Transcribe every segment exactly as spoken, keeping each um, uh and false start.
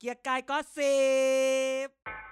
กียร์กายก็สิบ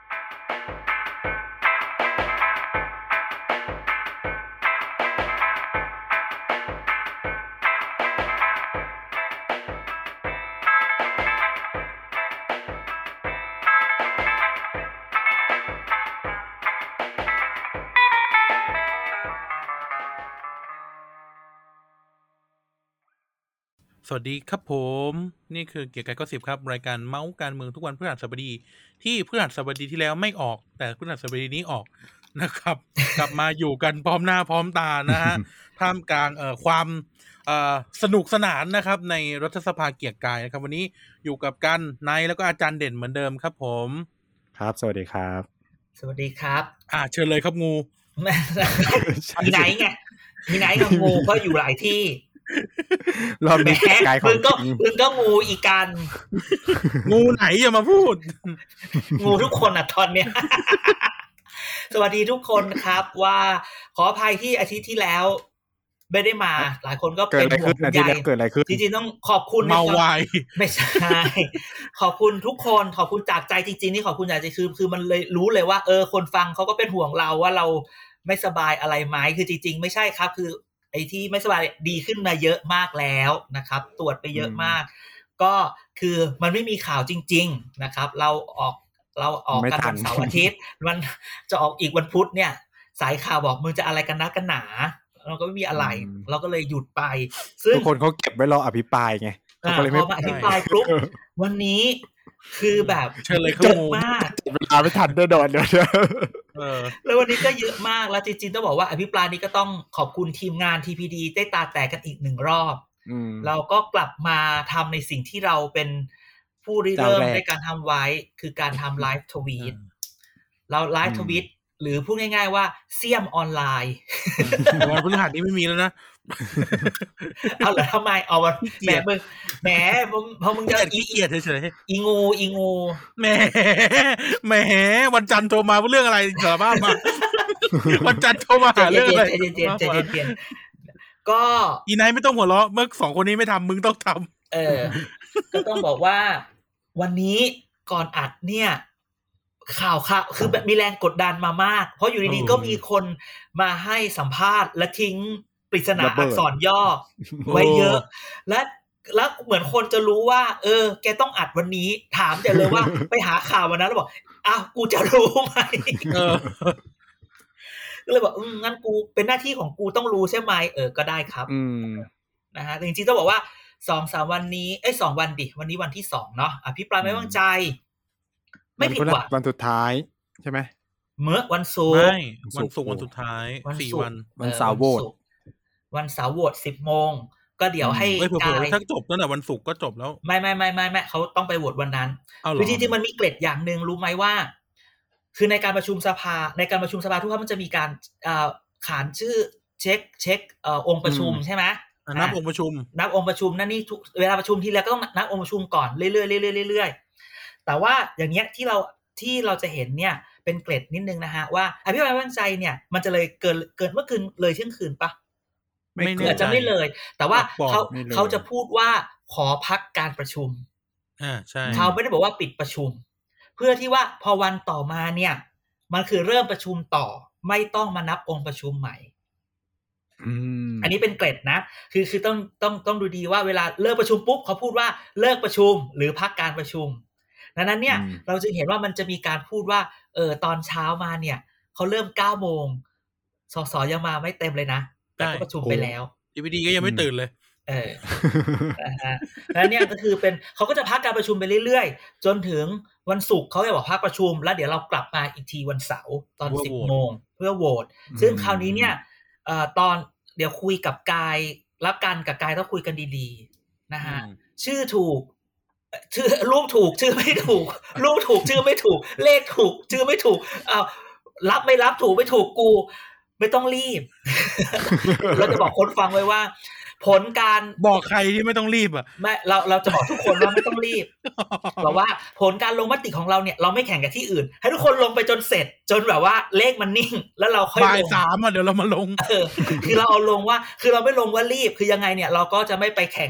สวัสดีครับผมนี่คือเกียร์กายก็สิบครับรายการเมาส์การเมืองทุกวันพฤหัสบดีที่พฤหัสบดีที่แล้วไม่ออกแต่พฤหัสบดีนี้ออกนะครับ กลับมาอยู่กันพร้อมหน้าพร้อมตานะฮะ ท่ามกลางเอ่อความเอ่อสนุกสนานนะครับในรัฐสภาเกียร์กายนะครับวันนี้อยู่กับกันนายแล้วก็อาจารย์เด่นเหมือนเดิมครับผมครับสวัสดีครับสวัสดีครับอ่าเชิญเลยครับงูมีไหนไงมีไหนกับงูก็อยู่หลายที่รอบนี้กายของมึงก็มึงก็งูอีกันงูไหนอย่ามาพูดงูทุกคนอ่ะตอนเนี้ยสวัสดีทุกคนครับว่าขออภัยที่อาทิตย์ที่แล้วไม่ได้มาหลายคนก็เป็นห่วงใยเกิดอะไรขึ้นจริงๆต้องขอบคุณเมาวายไม่ใช่ขอบคุณทุกคนขอบคุณจากใจจริงๆนี่ขอบคุณจากใจคือคือมันเลยรู้เลยว่าเออคนฟังเขาก็เป็นห่วงเราว่าเราไม่สบายอะไรไหมคือจริงๆไม่ใช่ครับคือไอ้ที่ไม่สบายดีขึ้นมาเยอะมากแล้วนะครับตรวจไปเยอะมากก็คือมันไม่มีข่าวจริงๆนะครับเราออกเราออกกันวันเสาร์อาทิตย์มันจะออกอีกวันพุธเนี่ยสายข่าวบอกมึงจะอะไรกันนักกันหนาเราก็ไม่มีอะไรเราก็เลยหยุดไปซึ่งทุกคนเขาเก็บไว้รออภิปรายไงเขาก็เลยไม่อภิปรายปุ๊บวันนี้คือแบบเชิญเลยเยอะมากเวลาไม่ทันด้วยโดนเดี๋ยวเออแล้ววันนี้ก็เยอะมากแล้วจริงๆต้องบอกว่าอภิปรายนี้ก็ต้องขอบคุณทีมงาน ที พี ดี ได้ตาแตกกันอีกหนึ่งรอบเราก็กลับมาทำในสิ่งที่เราเป็นผู้ริเริ่มในการทำไว้คือการทำไลฟ์ทวีตเราไลฟ์ทวีตหรือพูดง่ายๆว่าเสี่ยมออนไลน์วันพฤหัสนี้ไม่มีแล้วนะเอาเหรอทำไมเอาวันแหมมึงแหมพอมึงจะอีเกียดเฉยๆอีงูอีงูแหมแหมวันจันทร์โทรมาเรื่องอะไรสารภาพมาวันจันทร์โทรมาเรื่องอะไรใจเย็นๆใจเย็นๆก็อีไนท์ไม่ต้องหัวเราะเมื่อสองคนนี้ไม่ทำมึงต้องทำเออก็ต้องบอกว่าวันนี้ก่อนอัดเนี่ยข่าวข่าวคือแบบมีแรงกดดันมามากเพราะอยู่ดีๆก็มีคนมาให้สัมภาษณ์และทิ้งปริศนาอักษรย่อไว้เยอะและแล้วเหมือนคนจะรู้ว่าเออแกต้องอัดวันนี้ถามแต่เลยว่าไปหาข่าววันนั้นแล้วบอกอ้าวกูจะรู้ไหมเออก็เลยบอกอืมงั้นกูเป็นหน้าที่ของกูต้องรู้ใช่ไหมเออก็ได้ครับนะฮะจริงๆต้องบอกว่า สองถึงสาม วันนี้เอ้ยสองวันดิวันนี้วันที่สองเนาะอภิปรายไม่ไว้วางใจไม่ผิดหวังวันสุดท้ายใช่ไหมเมื่อวันศุกร์ไม่วันศุกร์วันสุดท้ายสี่วันวันเสาร์โหวตวันเสาร์โหวต สิบโมงก็เดี๋ยวให้กายถ้าจบตั้งแต่วันศุกร์ก็จบแล้วไม่ๆๆๆเขาต้องไปโหวตวันนั้นคือจริงๆมันมีเกร็ดอย่างนึงรู้ไหมว่าคือในการประชุมสภาในการประชุมสภาทุกครั้งมันจะมีการเอ่อขานชื่อเช็คเช็คเอ่อองค์ประชุมใช่ไหมนับองค์ประชุมนับองค์ประชุมนั่นนี่เวลาประชุมทีแล้วก็ต้องนับองค์ประชุมก่อนเรื่อยๆเรื่อยๆเรื่อยๆแต่ว่าอย่างเงี้ยที่เราที่เราจะเห็นเนี่ยเป็นเกร็ดนิดนึงนะฮะว่าอภิปรายไม่ไว้วางใจเนี่ยมันจะเลยเกินเกินเมื่อคืนเลยเที่ยงคืนปะไม่อาจจะไม่เลยแต่ว่าเขาเขาจะพูดว่าขอพักการประชุมอ่าใช่เขาไม่ได้บอกว่าปิดประชุมเพื่อที่ว่าพอวันต่อมาเนี่ยมันคือเริ่มประชุมต่อไม่ต้องมานับองค์ประชุมใหม่อันนี้เป็นเกร็ดนะคือคือต้องต้องต้องดูดีว่าเวลาเลิกประชุมปุ๊บเขาพูดว่าเลิกประชุมหรือพักการประชุมดังนั้นเนี่ยเราจึงเห็นว่ามันจะมีการพูดว่าเออตอนเช้ามาเนี่ยเขาเริ่ม เก้าโมงสสยังมาไม่เต็มเลยนะแต่ก็ประชุมไปแล้วดี วี ดี ก็ยังไม่ตื่นเลยเออนะฮะแล้วเนี่ยก็คือเป็นเขาก็จะพักการประชุมไปเรื่อยๆจนถึงวันศุกร์เขาจะบอกพักประชุมแล้วเดี๋ยวเรากลับมาอีกทีวันเสาร์ตอน สิบโมงเพื่อโหวตซึ่งคราวนี้เนี่ยเอ่อตอนเดี๋ยวคุยกับกายแล้วกันกับกายต้องคุยกันดีๆนะฮะชื่อถูกชื่อรูปถูกชื่อไม่ถูกรูปถูกชื่อไม่ถูกเลขถูกชื่อไม่ถูกอ้าวรับไม่รับถูกไม่ถูกกูไม่ต้องรีบเราจะบอกคนฟังไว้ว่าผลการบอกใครที่ไม่ต้องรีบอ่ะไม่เราเราจะบอกทุกคนว่าไม่ต้องรีบบอกว่าผลการลงมติของเราเนี่ยเราไม่แข่งกับที่อื่นให้ทุกคนลงไปจนเสร็จจนแบบว่าเลขมันนิ่งแล้วเราค่อยลงบ่ายสามอ่ะเดี๋ยวเรามาลงเออคือเราเอาลงว่าคือเราไม่ลงว่ารีบคือยังไงเนี่ยเราก็จะไม่ไปแข่งกับ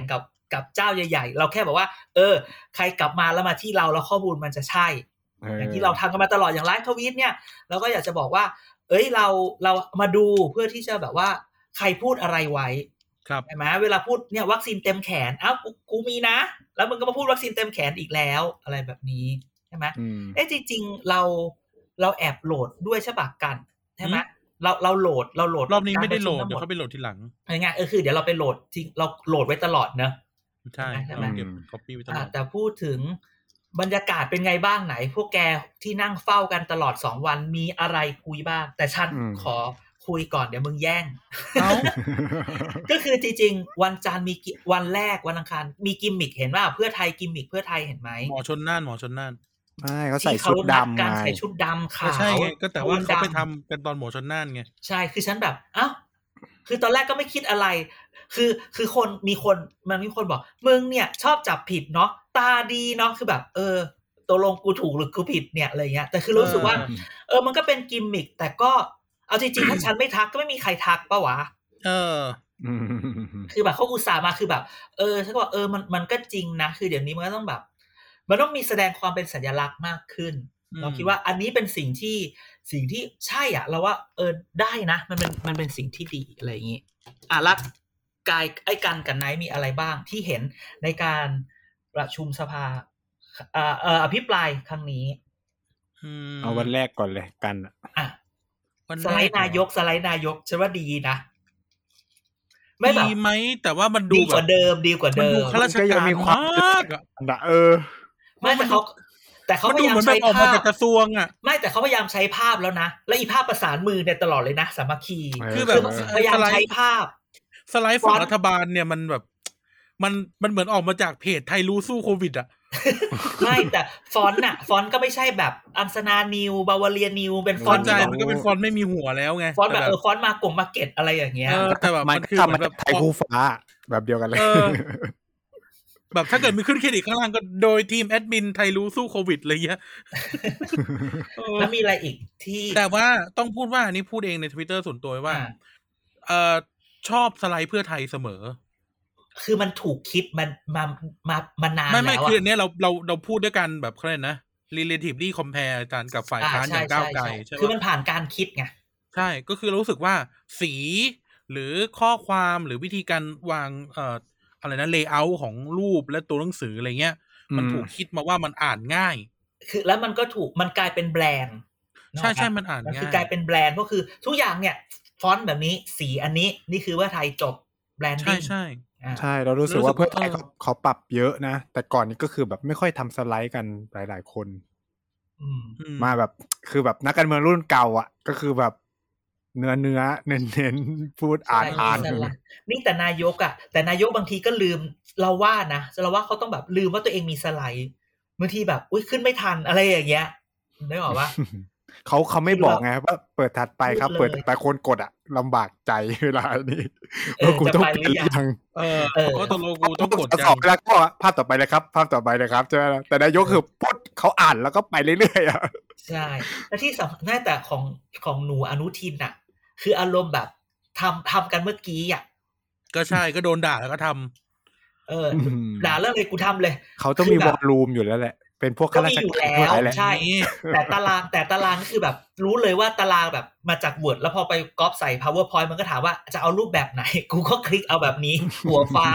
กับเจ้าใหญ่ๆเราแค่บอกว่าเออใครกลับมาแล้วมาที่เราแล้วข้อมูลมันจะใช่อย่างที่เราทำกันมาตลอดอย่างไลฟ์ทวีตเนี่ยเราก็อยากจะบอกว่าเอ้ยเราเรามาดูเพื่อที่จะแบบว่าใครพูดอะไรไว้ใช่ไหมเวลาพูดเนี่ยวัคซีนเต็มแขนอ้าวกูกูมีนะแล้วมึงก็มาพูดวัคซีนเต็มแขนอีกแล้วอะไรแบบนี้ใช่ไหมเอ๊ะจริงๆเราเราแอบโหลดด้วยใช่ปะกันใช่ไหมเราเราโหลดเราโหลดรอบนี้ไม่ได้โหลดเดี๋ยวเขาไปโหลดทีหลังยังไงเออคือเดี๋ยวเราไปโหลดจริงเราโหลดไว้ตลอดเนอะใช่ใช่ไหมเก็บ copy ไว้ตลอดแต่พูดถึงบรรยากาศเป็นไงบ้างไหนพวกแกที่นั่งเฝ้ากันตลอดสองวันมีอะไรคุยบ้างแต่ฉันขอคุยก่อนเดี๋ยวมึงแย่ง ก็คือจริงๆวันจันทร์มีวันแรกวันอังคารมีกิมมิคเห็นว่าเพื่อไทยกิมมิคเพื่อไทยเห็นไหมหมอชนน่านหมอชนน่านไม่เขาใส่ชุดดำการใส่ชุดดำขาวใช่ไงก็แต่ว่าเขาไปทำกันตอนหมอชนน่านไงใช่คือฉันแบบอ้าวคือตอนแรกก็ไม่คิดอะไรคือคือคนมีคนมันมีคนบอกมึงเนี่ยชอบจับผิดเนาะตาดีเนาะคือแบบเออตกลงกูถูกหรือกูผิดเนี่ยอะไรเงี้ยแต่คือรู้สึกว่าเออมันก็เป็นกิมมิคแต่ก็เอาจริงๆถ้าฉันไม่ทักก็ไม่มีใครทักป่ะวะเออคือแบบเขาอุตส่าห์มาคือแบบเออฉันก็บอกเออมันมันก็จริงนะคือเดี๋ยวนี้มันก็ต้องแบบมันต้องมีแสดงความเป็นสัญลักษณ์มากขึ้นเราคิดว่าอันนี้เป็นสิ่งที่สิ่งที่ใช่อ่ะเราว่าเออได้นะมันเป็นมันเป็นสิ่งที่ดีอะไรอย่างงี้อ่ะแล้วกายไอ้กันกับไนท์มีอะไรบ้างที่เห็นในการประชุมสภาเอ่อเอ่ออภิปรายครั้งนี้เอาวันแรกก่อนเลยกันอ่ะสไลด์นายกสไลด์นายกฉันว่าดีนะไม่ดีไหมแต่ว่ามันดูดีกว่าเดิมดีกว่าเดิมข้าราชการมีความมากอ่ะเออไม่แต่เขาแต่เขาพยายามใช้ภาพกระทรวงอ่ะไม่แต่เขาพยายามใช้ภาพแล้วนะแล้วอีภาพประสานมือเนี่ยตลอดเลยนะสามัคคีคือแบบพยายามใช้ภาพสไลด์ฝั่งรัฐบาลเนี่ยมันแบบมันมันเหมือนออกมาจากเพจไทยรู้สู้โควิดอ่ะไม่แต่ฟอนต์น่ะฟอนต์ก็ไม่ใช่แบบอัมสนานิวบาวาเรียนิวเป็นฟอนต์ใจมันก็เป็นฟอนต์ไม่มีหัวแล้วไงฟอนต์แบบเออฟอนต์มากงมาเก็ตอะไรอย่างเงี้ยแต่แบบมันคือแบบไทยคู่ฟ้าแบบเดียวกันเลยแบบถ้าเกิดมีขึ้นเครดิตข้างล่างก็โดยทีมแอดมินไทยรู้สู้โควิดอะไรเงี้ยแล้วมีอะไรอีกที่แต่ว่าต้องพูดว่าอันนี้พูดเองใน Twitter ส่วนตัวว่าเอ่อชอบสไลด์เพื่อไทยเสมอคือมันถูกคิดมันมามามานานแล้วไม่ไม่คืออันนี้เราเราเราพูดด้วยกันแบบเขาเรียกนะ relatively compare กันกับฝ่ายค้านอย่างก้าวไกลใช่ไหมคือมันผ่านการคิดไงใช่ก็คือรู้สึกว่าสีหรือข้อความหรือวิธีการวางเอ่ออะไรนะ layout ของรูปและตัวหนังสืออะไรเงี้ยมันถูกคิดมาว่ามันอ่านง่ายคือแล้วมันก็ถูกมันกลายเป็นแบรนด์ใช่ใช่มันอ่านง่ายคือกลายเป็นแบรนด์ก็คือทุกอย่างเนี่ยฟอนต์แบบนี้สีอันนี้นี่คือว่าไทยจบแบรนดิ้งใช่ใช่เรารู้สึกว่าเพื่อไทยเขาเขาปรับเยอะนะแต่ก่อนนี้ก็คือแบบไม่ค่อยทำสไลด์กันหลายๆคนมาแบบคือแบบนักการเมืองรุ่นเก่าอ่ะก็คือแบบเนื้อเนื้อเน้นเน้นพูดอ่านอ่านนี่แต่นายกอ่ะแต่นายกบางทีก็ลืมเราว่านะเราว่าเขาต้องแบบลืมว่าตัวเองมีสไลด์บางทีแบบอุ้ยขึ้นไม่ทันอะไรอย่างเงี้ยได้หรอวะเขาเขาไม่บอกไงว่าเปิดถัดไปครับเปิดแต่คนกดอะลำบากใจเวลานี้ว่ากูต้องไปยังเออก็ต้องกูต้องกดสอบแล้วก็ภาพต่อไปเลยครับภาพต่อไปเลยครับใช่ไหมแต่นายกคือปุ๊บเขาอ่านแล้วก็ไปเรื่อยๆอ่ะใช่และที่สำคัญแต่ของของหนูอนุทินอะคืออารมณ์แบบทำทำกันเมื่อกี้อ่ะก็ใช่ก็โดนด่าแล้วก็ทำเออด่าเรื่องอะไรกูทำเลยเขาต้องมีวอลลุ่มอยู่แล้วแหละเป็นพวกข้าราชการทั้งหลายแหละใช่แต่ตารางแต่ตารางคือแบบรู้เลยว่าตารางแบบมาจาก Word แล้วพอไปก๊อปใส่ PowerPoint มันก็ถามว่าจะเอารูปแบบไหนกูก็คลิกเอาแบบนี้หัวฟ้า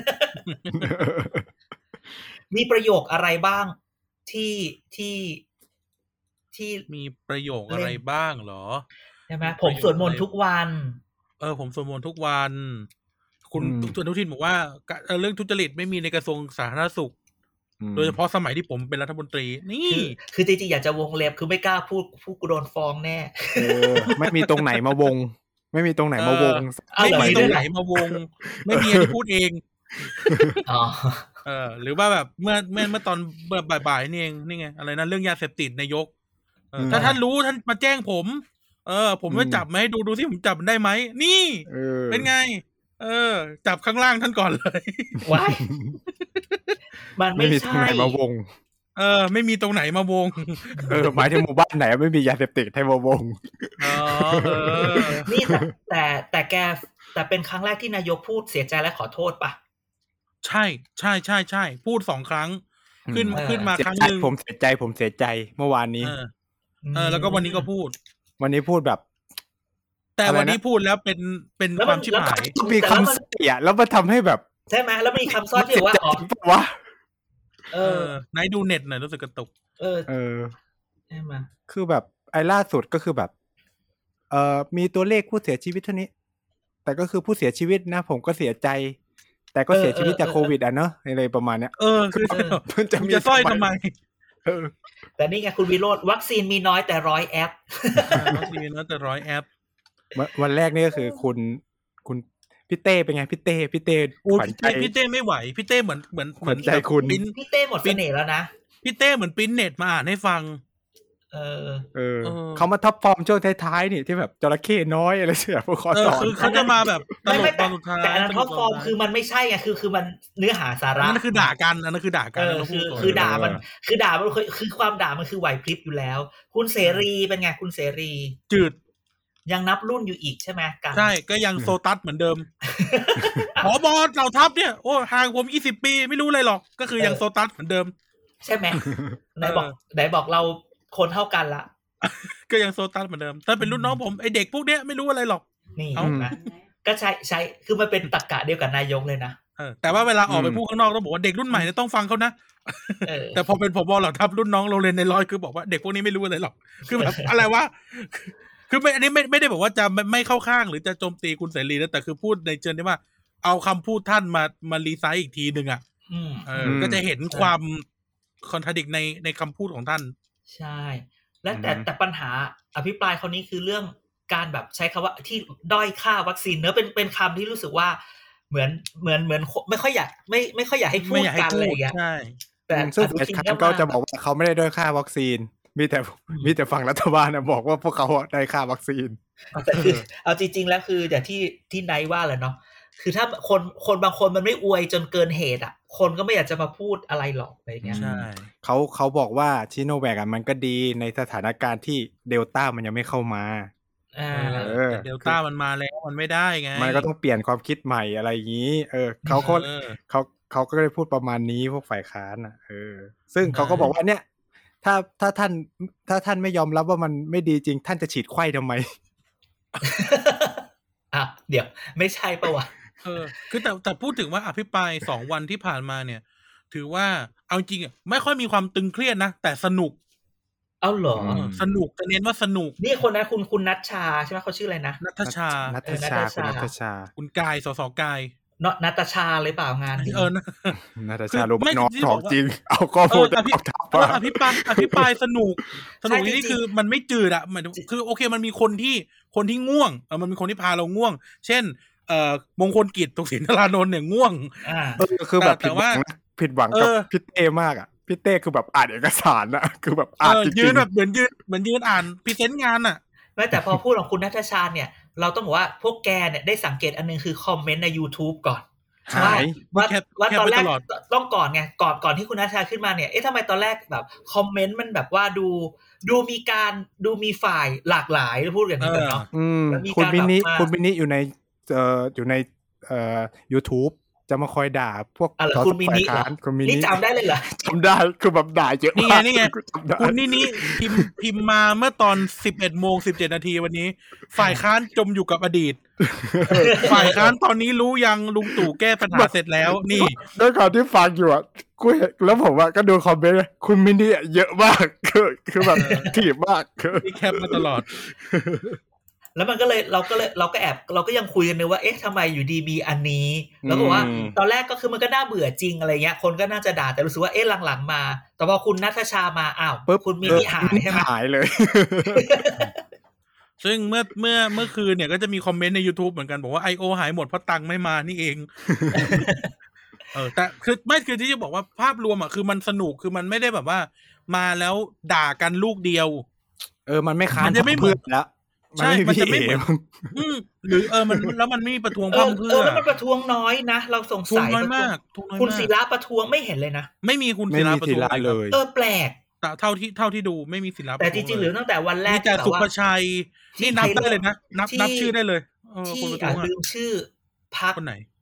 มีประโยคอะไรบ้างที่ที่ที่มีประโยคอะไรบ้างเหรอใช่ไหมผมสวดมนต์ทุกวันเออผมสวดมนต์ทุกวันคุณอนุทินบอกว่าเรื่องทุจริตไม่มีในกระทรวงสาธารณสุขโดยเฉพาะสมัยที่ผมเป็นรัฐมนตรีนี่คือจริงๆอยากจะวงเล็บคือไม่กล้าพูดพูดกูโดนฟ้องแน่เออไม่มีตรงไหนมาวงไม่มีตรงไหนมาวงไม่มีตรงไหนมาวงไม่มีอะไรพูดเองอ๋อเออหรือว่าแบบเมื่อเมื่อเมื่อตอนบ่ายๆนี่เองนี่ไงอะไรนะเรื่องยาเสพติดนายกถ้าท่านรู้ท่านมาแจ้งผมเออผมไม่จับมาให้ดูดูสิผมจับได้ไหมนี่เป็นไงเออจับข้างล่างท่านก่อนเลยว้ายมันไม่มีตรงไหนมาวงเออไม่มีตรงไหนมาวงเออหมายถึงหมู่บ้านไหนไม่มียาเสพติดให้มาวงอ๋อเออนี่แต่แต่แต่แกแต่เป็นครั้งแรกที่นายกพูดเสียใจและขอโทษป่ะใช่ใช่ใช่ใช่พูดสองครั้งขึ้นขึ้นมาครั้งนึงผมเสียใจผมเสียใจเมื่อวานนี้เออเออแล้วก็วันนี้ก็พูดวันนี้พูดแบบแต่วันนี้พูดแล้วเป็นเป็นความชิบหายมีคำเสียแล้วมันทำให้แบบใช่ไหมแล้วมีคำซ่อนที่ว่าอ๋อวะเออไหนดูเน็ตหน่อยรู้สึกกระตุกเออเออใช่ไหมคือแบบไอ้ล่าสุดก็คือแบบเอ่อมีตัวเลขผู้เสียชีวิตเท่านี้แต่ก็คือผู้เสียชีวิตนะผมก็เสียใจแต่ก็เสียชีวิตจากโควิดอ่ะเนอะอะไรประมาณเนี้ยเออคือมันจะมีจะสร้อยทำไมเออแต่นี่ไงคุณวิโรจน์วัคซีนมีน้อยแต่ร้อยแอปวัคซีนมีน้อยแต่ร้อยแอปวันแรกนี่ก็คือคุณคุณพี่เต้เป็นไงพี่เต้พี่เต้ขวัญใจพี่เต้ไม่ไหวพี่เต้เหมือนเหมือนขวัญใจคุณพี่เต้หมดเสน่ห์แล้วนะพี่เต้เหมือนปริ้นเน็ตมาอ่านให้ฟังเออเออเขามาท็อปฟอร์มช่วงท้ายๆนี่ที่แบบจระเข้น้อยอะไรเสียพวกเขาสอนคือเขาจะมาแบบตลกตอนสุดท้ายแต่อันนั้นท็อปฟอร์มคือมันไม่ใช่ไงคือคือมันเนื้อหาสาระนั่นคือด่ากันอันนั้นคือด่ากันคือคือด่ามันคือด่ามันคือความด่ามันคือไหวพริบอยู่แล้วคุณเสรีเป็นไงคุณเสรีจืดยังนับรุ่นอยู่อีกใช่ไหมกันใช่ก็ยังโซตัสเหมือนเดิมผบเหล่าทัพเนี่ยโอ้ห่างผมยี่สิบปีไม่รู้อะไรหรอกก็คือยังโซตัสเหมือนเดิมใช่ไหมไหนบอกไหนบอกเราคนเท่ากันละก็ยังโซตัสเหมือนเดิมถ้าเป็นรุ่นน้องผมไอเด็กพวกเนี้ยไม่รู้อะไรหรอกนี่นะก็ใช้ใช้คือมันเป็นตรรกะเดียวกับนายกเลยนะเออแต่ว่าเวลาออกไปพูดข้างนอกต้องบอกว่าเด็กรุ่นใหม่เนี่ยต้องฟังเขานะแต่พอเป็นผบเหล่าทัพรุ่นน้องโรงเรียนในร้อยคือบอกว่าเด็กพวกนี้ไม่รู้อะไรหรอกคือแบบอะไรวะคือไม่อันนี้ไม่ไม่ได้บอกว่าจะไม่เข้าข้างหรือจะโจมตีคุณเสรีนะแต่คือพูดในเชิงที่ว่าเอาคำพูดท่านมามารีไซซ์อีกทีนึงอ่ะเออก็จะเห็นความคอนทราดิกในในคำพูดของท่านใช่และแต่แต่ปัญหาอภิปรายคราวนี้คือเรื่องการแบบใช้คำว่าที่ด้อยค่าวัคซีนเนอะเป็นเป็นคำที่รู้สึกว่าเหมือนเหมือนเหมือนไม่ค่อยอยากไม่ไม่ค่อยอยากให้พูดกันอะไรอย่างเงี้ยแต่ซึ่งฝ่ายค้านก็จะบอกว่าเขาไม่ได้ด้อยค่าวัคซีนมีแต่มีแต่ฝั่งรัฐบาลนะบอกว่าพวกเขาได้ค่าวัคซีนแต่คือเอาจริงๆแล้วคืออย่างที่ที่ไนท์ว่าแหละเนาะคือถ้าคนคนบางคนมันไม่อวยจนเกินเหตุอ่ะคนก็ไม่อยากจะมาพูดอะไรหรอกอะไรเงี้ยใช่เขาเขาบอกว่าชิโนแวคอ่ะมันก็ดีในสถานการณ์ที่เดลต้ามันยังไม่เข้ามาอ่าเดลต้ามันมาแล้วมันไม่ได้ไงมันก็ต้องเปลี่ยนความคิดใหม่อะไรอย่างนี้เออเขาเขาเขาเขาก็ได้พูดประมาณนี้พวกฝ่ายค้านอ่ะเออซึ่งเขาก็บอกว่าเนี่ยถ้าถ้าท่านถ้าท่านไม่ยอมรับว่ามันไม่ดีจริงท่านจะฉีดไข้ทำไมอ่ะเดี๋ยวไม่ใช่ปะวะเออคือแต่แต่พูดถึงว่าอภิปรายสองวันที่ผ่านมาเนี่ยถือว่าเอาจริงอ่ะไม่ค่อยมีความตึงเครียดนะแต่สนุกเอาเหรอสนุกจะเน้นว่าสนุกนี่คนนั้นคุณคุณนัทชาใช่ไหมเขาชื่ออะไรนะนัทชานัทชาคุณนัทชาคุณกายสสกายเนาะนัทชาเลยเปล่างานเออนัทชารู้ไม่น้องของจริงเอาก็พูดอภิปรายอภิปรายอภิปรายสนุกสนุกนี่คือมันไม่จืดอ่ะมันคือโอเคมันมีคนที่คนที่ง่วงเออมันมีคนที่พาเราง่วงเช่นเอ่อมงคลกิจตุกศิลป์ธารานนท์เนี่ยง่วงอ่าคือแบบผิดหวังผิดหวังกับพี่เต้มากอ่ะพี่เต้คือแบบอ่านเอกสารอ่ะคือแบบอ่านจริงๆยืนแบบเหมือนยืนเหมือนยืนอ่านพรีเซนต์งานอ่ะไม่แต่พอพูดของคุณณัฐชาเนี่ยเราต้องบอกว่าพวกแกเนี่ยได้สังเกตอันนึงคือคอมเมนต์ใน YouTube ก่อนว่าว่าว่าตอนแรกต้องก่อนไงก่อนก่อนที่คุณณัฐชาขึ้นมาเนี่ยเอ๊ะทำไมตอนแรกแบบคอมเมนต์มันแบบว่าดูดูมีการดูมีฝ่ายหลากหลายพูดอย่างนี้กันเนาะคุณมินิคุณมินิอยู่ในเอ่ออยู่ในเอ่อ YouTube จะมาคอยด่าพวกคุณมินินี่จำได้เลยเหรอจำได้คือแบบด่าเยอะมากนี่ไงคุณนี่นี่พิมพ์พิมพ์มาเมื่อตอน สิบเอ็ดโมงสิบเจ็ดนาทีวันนี้ฝ่ายค้านจมอยู่กับอดีตฝ่ายค้านตอนนี้รู้ยังลุงตู่แก้ปัญหาเสร็จแล้วนี่ด้วยความที่ฟังอยู่อ่ะกูแล้วผมว่าก็ดูคอมเมนต์คุณมินิเยอะมากคือคือแบบถีบมากคือแคปมาตลอดแล้วมันก็เลยเราก็เลยเราก็แอบเราก็ยังคุยกันเลยว่าเอ๊ะทำไมอยู่ดีมีอันนี้แล้วบอกว่าตอนแรกก็คือมันก็น่าเบื่อจริงอะไรเงี้ยคนก็น่าจะด่าแต่รู้สึกว่าเอ๊ะหลังๆมาแต่พอคุณณัฐชามาอ้าวคุณมินิหายใช่ไหมหายเลยซึ่งเมื่อเมื่อเมื่อคืนเนี่ยก็จะมีคอมเมนต์ใน YouTube เหมือนกันบอกว่า ไอ โอ หายหมดเพราะตังค์ไม่มานี่เองเออแต่คือไม่คือที่จะบอกว่าภาพรวมอ่ะคือมันสนุกคือมันไม่ได้แบบว่ามาแล้วด่ากันลูกเดียวเออมันไม่ค้านเพื่อนแล้วใช่มันจะไม่เหมือนหรือเออมันแล้วมันไม่มีประท้วงเพิ่มเพื่อเออแล้วมันประท้วงน้อยนะเราสงสัยน้อยมากคุณศิลาประท้วงไม่เห็นเลยนะไม่มีคุณศิลาประท้วงเลยเออแปลกเท่าที่เท่าที่ดูไม่มีศิลาแต่จริงๆหรือตั้งแต่วันแรกแต่สุภชัยนี่นับได้เลยนะนับนับชื่อได้เลยที่อ่าลืมชื่อพรรค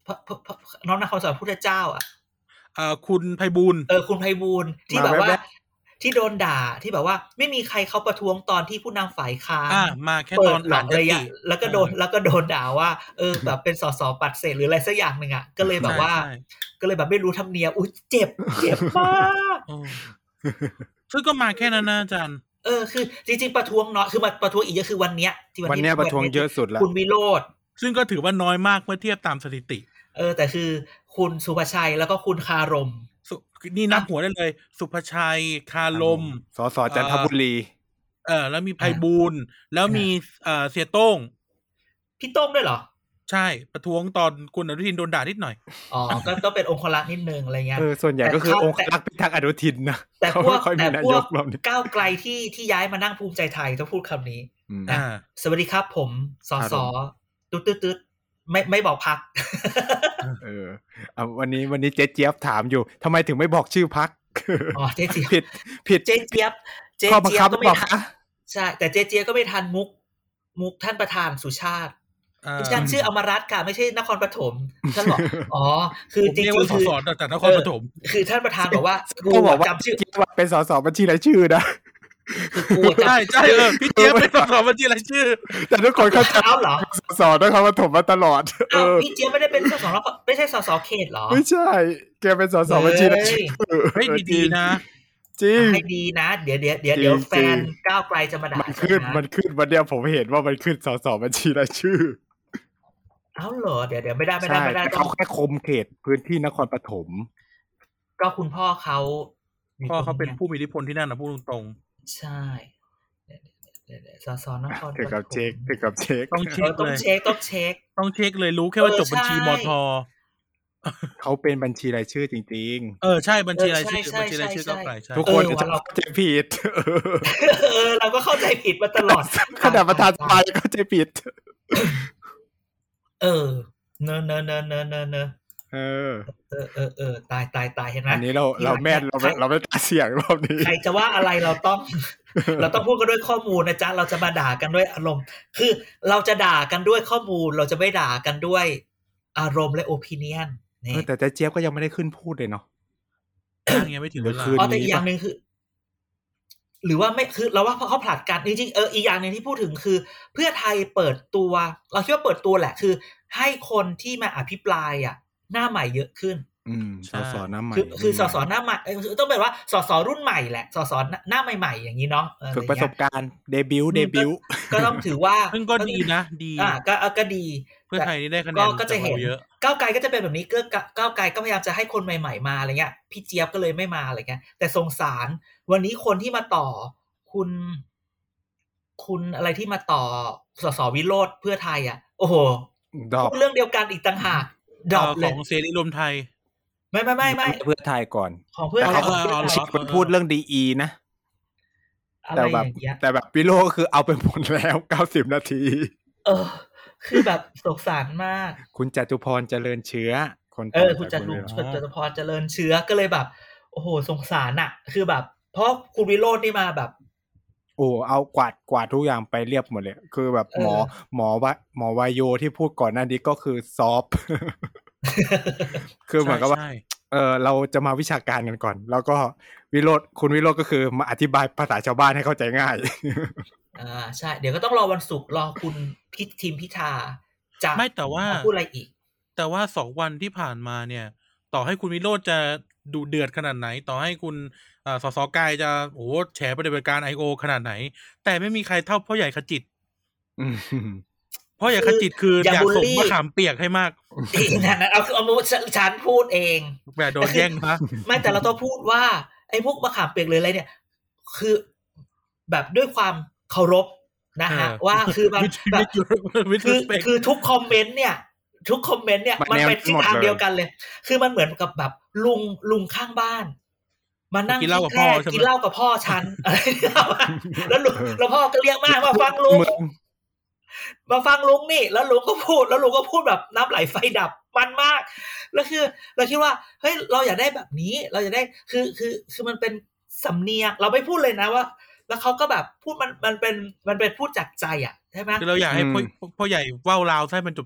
น้องนครสวรรค์พุทธเจ้าอ่ะเอ่อคุณไพบูลย์เออคุณไพบูลย์ที่แบบว่าที่โดนด่าที่แบบว่าไม่มีใครเขาประท้วงตอนที่ผู้นำฝ่ายค้านอ่ามาแค่ตอนอ่านยติแล้วก็โดนแล้วก็โดนด่าว่าเออแบบเป็นสสปัดเศษหรืออะไรสักอย่างนึงอ่ะก็เลยแบบว่าก็เลยแบบไม่รู้ธรรมเนียมอุ๊ยเจ็บเจ็บมากซึ่งก็มาแค่นั้นนะอาจารย์เออคือจริงๆประท้วงเนาะคือมาประท้วงอีกก็คือวันเนี้ยที่วันนี้ประท้วงเยอะสุดแล้วคุณวิโรจน์ซึ่งก็ถือว่าน้อยมากเมื่อเทียบตามสถิติเออแต่คือคุณสุภชัยแล้วก็คุณคารมนี่นับหัวได้เลยสุภชัยคารมสสจันทบุรีเออแล้วมีไพบูลย์แล้วมีเอ่อเสียโต้งพี่โต้งด้วยเหรอใช่ประท้วงตอนคุณอนุทินโดนด่านิดหน่อยอ๋อก็ต้องเป็นองครักษ์นิดนึงอะไรเงี้ยเออส่วนใหญ่ก็คือองครักษ์พิทักษ์อนุทินนะแต่พวกแต่พวกก้าวไกลที่ที่ย้ายมานั่งภูมิใจไทยต้องพูดคำนี้อ่าสวัสดีครับผมสสตุ๊ดๆไม่ไม่บอกพรรคเออเอาวันนี้วันนี้เจ๊เจี๊ยบถามอยู่ทำไมถึงไม่บอกชื่อพรรคอ๋อเจ๊เจี๊ยบผิดผิดเจ๊เจี๊ยบเจ๊เจี๊ยบก็ไม่ทันใช่แต่เจ๊เจี๊ยบก็ไม่ทันมุกมุกท่านประธานสุชาติดิฉันชื่ออมรัตน์ค่ะไม่ใช่นครปฐมท่านบอกอ๋อคือจริงๆคือสอนจากนครปฐมคือท่านประธานบอกว่ากูจำชื่อเป็นสสบัญชีรายชื่อนะใช่ใช่เออพี่เจี๊ยบเป็นสสบัญชีรายชื่อแต่ทุกคนเขาจำเหรอสสนครปฐมมาตลอดเออพี่เจี๊ยบไม่ได้เป็นสสไม่ใช่สสเขตหรอไม่ใช่แกเป็นสสบัญชีรายชื่อเฮ้ยดีๆนะจริงให้ดีนะเดี๋ยวเดี๋ยวเดี๋ยวเดี๋ยวแฟนก้าวไกลจะมาด่ามันขึ้นมันขึ้นวันเดียวผมเห็นว่ามันขึ้นสสบัญชีรายชื่อเอ้าเหรอเดี๋ยวเดี๋ยวไม่ได้ไม่ได้ไม่ได้เขาแค่คมเขตพื้นที่นครปฐมก็คุณพ่อเขาพ่อเขาเป็นผู้มีอิทธิพลที่นั่นนะพูดตรงๆใช่สสนครปฐมถึงกับเช็คถึงกับเช็คต้องเช็คต้องเช็คต้องเช็คต้องเช็คเลยรู้แค่ว่าจบบัญชีมทเขาเป็นบัญชีรายชื่อจริงๆเออใช่บัญชีรายชื่อบัญชีรายชื่อก็ไปใช่ทุกคนจะเข้าใจผิดเออเราก็เข้าใจผิดมาตลอดขนาดประธานสภาเข้าใจผิดเออเนอะเนอะเนอะเนอะเนอะเนอะเออเออเออเออตายตายตายเห็นไหมอันนี้เราเราแม่นเราเราไม่ตัดเสียงรอบนี้ใครจะว่าอะไรเราต้องเราต้องพูดกันด้วยข้อมูลนะจ๊ะเราจะมาด่ากันด้วยอารมณ์คือเราจะด่ากันด้วยข้อมูลเราจะไม่ด่ากันด้วยอารมณ์และ opinion นี่แต่เจี๊ยบก็ยังไม่ได้ขึ้นพูดเลยเนาะยังไม่ถึงเวลาอ๋อแต่อีกอย่างนึงคือหรือว่าไม่คือเราว่าเขาผลัดกันจริงๆเอออีกอย่างนึงที่พูดถึงคือเพื่อไทยเปิดตัวเราคิดว่าเปิดตัวแหละคือให้คนที่มาอภิปรายอ่ะหน้าใหม่เยอะขึ้นอืมสสหน้าใหม่คือคือสสหน้าใหม่ต้องเป็นว่าสสรุ่นใหม่แหละสสหน้าใหม่ๆอย่างนี้เนาะฝึกประสบการณ์เดบิวต์เดบิวต์ก็ต้องถือว่าซึ่งก็ดีนะดีอ่าก็ก็ดีเพื่อไทยนี่ได้คะแนนก็จะเห็นก้าวไกลก็จะเป็นแบบนี้ก็ก้าวไกลก็พยายามจะให้คนใหม่ๆมาอะไรเงี้ยพี่เจี๊ยบก็เลยไม่มาอะไรเงี้ยแต่สงสารวันนี้คนที่มาต่อคุณคุณอะไรที่มาต่อสสวิโรจน์เพื่อไทยอ่ะโอ้โหพูดเรื่องเดียวกันอีกต่างหากดอกเลยของเสรีรวมไทยไม่ไม่ไม่ไม่เพื่อไทยก่อนของเพื่อไทยมันพูดเรื่องดีอีนะแต่แบบแต่แบบวิโรจน์ก็คือเอาไปหมดแล้วเก้าสิบนาทีเออคือแบบสงสารมากคุณจตุพรเจริญเชื้อคนเออคุณจตุจตุพรเจริญเชื้อก็เลยแบบโอ้โหสงสารอ่ะคือแบบเพราะคุณวิโรจน์นี่มาแบบโอ้เอากวาดกวาดทุกอย่างไปเรียบหมดเลยคือแบบหมอหมอว่าหมอวายโยที่พูดก่อนหน้านี้ก็คือซอฟคือเหมือนกับว่าเออเราจะมาวิชาการกันก่อนแล้วก็วิโรจน์คุณวิโรจน์ก็คือมาอธิบายภาษาชาวบ้านให้เข้าใจง่ายอ่าใช่เดี๋ยวก็ต้องรอวันศุกร์รอคุณพิทีมพิธาจะไม่แต่ว่าพูดอะไรอีกแต่ว่าสองวันที่ผ่านมาเนี่ยต่อให้คุณวิโรจน์จะดูเดือดขนาดไหนต่อให้คุณอ่าสสกายจะโอ้แฉปฏิบัติการ ไอ โอ ขนาดไหนแต่ไม่มีใครเท่าพ่อใหญ่ขจิตพ่อใหญ่ขจิตคืออยากส่งมะขามเปียกให้มากนั่นเอาคือเอาฉันพูดเองแบบโดนแย่งนะไม่แต่เราต้องพูดว่าไอ้พวกมะขามเปียกเลยอะไรเนี่ยคือแบบด้วยความเคารพนะฮะว่าคือแบบคือคือทุกคอมเมนต์เนี่ยทุกคอมเมนต์เนี่ยมันเป็นทิศทางเดียวกันเลยคือมันเหมือนกับแบบลุงลุงข้างบ้านมานั่งกินเหล้ากับพ่อกินเหล้ากับพ่อฉันอะไรแล้วลุงแล้วพ่อก็เรียกมากมาฟังลุงมาฟังลุงนี่แล้วลุงก็พูดแล้วลุงก็พูดแบบน้ำไหลไฟดับมันมากแล้วคือเราคิดว่าเฮ้ยเราอยากได้แบบนี้เราอยากได้คือคือคือมันเป็นสำเนียงเราไม่พูดเลยนะว่าแล้วเขาก็แบบพูดมันมันเป็นมันเป็นพูดจากใจอ่ะใช่ไหมคือเราอยากให้พ่อพ่อใหญ่เว้าลาวให้มันจบ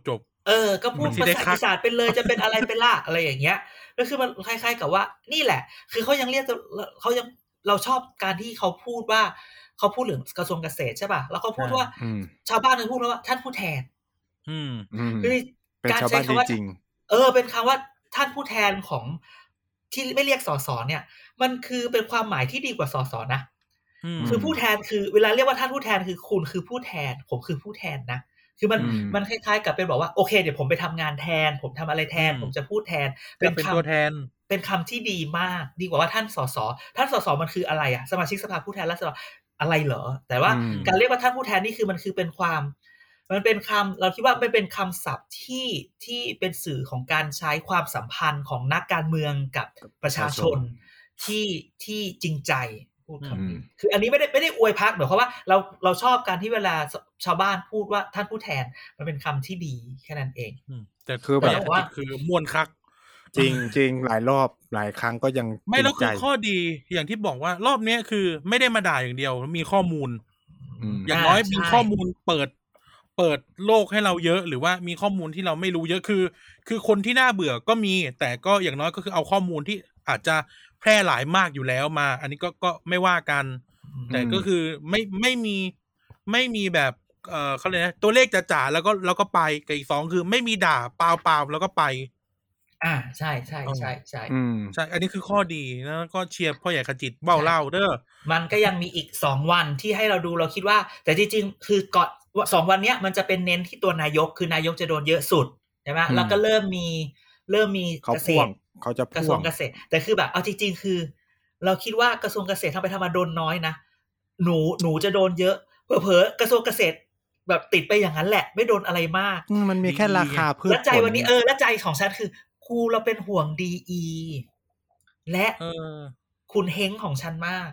เออก็พูดภาษาอีสานเป็นเลยจะเป็นอะไรเป็นล่ะอะไรอย่างเงี้ยก็คือมันคล้ายๆกับว่านี่แหละคือเขายังเรียกเขายังเราชอบการที่เขาพูดว่าเขาพูดถึงกระทรวงเกษตรใช่ป่ะแล้วเขาพูดว่าชาวบ้านเขาพูดว่าท่านผู้แทนอืมคือการใช้คำว่าจริงเออเป็นคำว่าท่านผู้แทนของที่ไม่เรียกสสเนี่ยมันคือเป็นความหมายที่ดีกว่าสสนะคือผู้แทนคือเวลาเรียกว่าท่านผู้แทนคือคุณคือผู้แทนผมคือผู้แทนนะคือมันมันคล้ายๆกับเป็นบอกว่าโอเคเดี๋ยวผมไปทำงานแทนผมทำอะไรแทนผมจะพูดแทนเป็นคำตัวแทนเป็นคำที่ดีมากดีกว่าว่าท่านสสท่านสสมันคืออะไรอ่ะสมาชิกสภาผู้แทนราษฎรอะไรเหรอแต่ว่าการเรียกว่าท่านผู้แทนนี่คือมันคือเป็นความมันเป็นคำเราคิดว่ามันเป็นคำศัพท์ที่ที่เป็นสื่อของการใช้ความสัมพันธ์ของนักการเมืองกับประชาชนที่ที่จริงใจพูดคำนี้คืออันนี้ไม่ได้ไม่ได้อวยพรรคหมายความว่าเราเราชอบการที่เวลาชาวบ้านพูดว่าท่านผู้แทนมันเป็นคำที่ดีแค่นั้นเองแต่คือแบบว่าคือม่วนคักจริงจริงหลายรอบหลายครั้งก็ยังไม่แล้วคือข้อดีอย่างที่บอกว่ารอบนี้คือไม่ได้มาด่าอย่างเดียวมีข้อมูลอย่างน้อยมีข้อมูลเปิดเปิดโลกให้เราเยอะหรือว่ามีข้อมูลที่เราไม่รู้เยอะคือคือคนที่น่าเบื่อก็มีแต่ก็อย่างน้อยก็คือเอาข้อมูลที่อาจจะแพร่หลายมากอยู่แล้วมาอันนี้ก็ก็ไม่ว่ากันแต่ก็คือไม่ไม่มีไม่มีแบบเอ่อเขาเรียกนะตัวเลขจ๋าๆแล้วก็แล้วก็ไปกับอีกสองคือไม่มีด่าเปล่าๆแล้วก็ไปอ่าใช่ใช่ใช่ใช่ใช่อันนี้คือข้อดีแล้วก็เชียร์พ่อใหญ่ขจิตเบ้าเล่าเด้อมันก็ยังมีอีกสองวันที่ให้เราดูเราคิดว่าแต่จริงๆคือก่อนสองวันเนี้ยมันจะเป็นเน้นที่ตัวนายกคือนายกจะโดนเยอะสุดใช่ไหมแล้วก็เริ่มมีเริ่มมีเกษตรเขาจะกระทรวงเกษตรแต่คือแบบเอาจริงๆคือเราคิดว่ากระทรวงเกษตรทำไปทำมาโดนน้อยนะหนูหนูจะโดนเยอะเผลอๆกระทรวงเกษตรแบบติดไปอย่างนั้นแหละไม่โดนอะไรมากมันมีแค่ราคาพืชและใจวันนี้เออและใจของฉันคือครูเราเป็นห่วง ดี อี และคุณเฮงของฉันมาก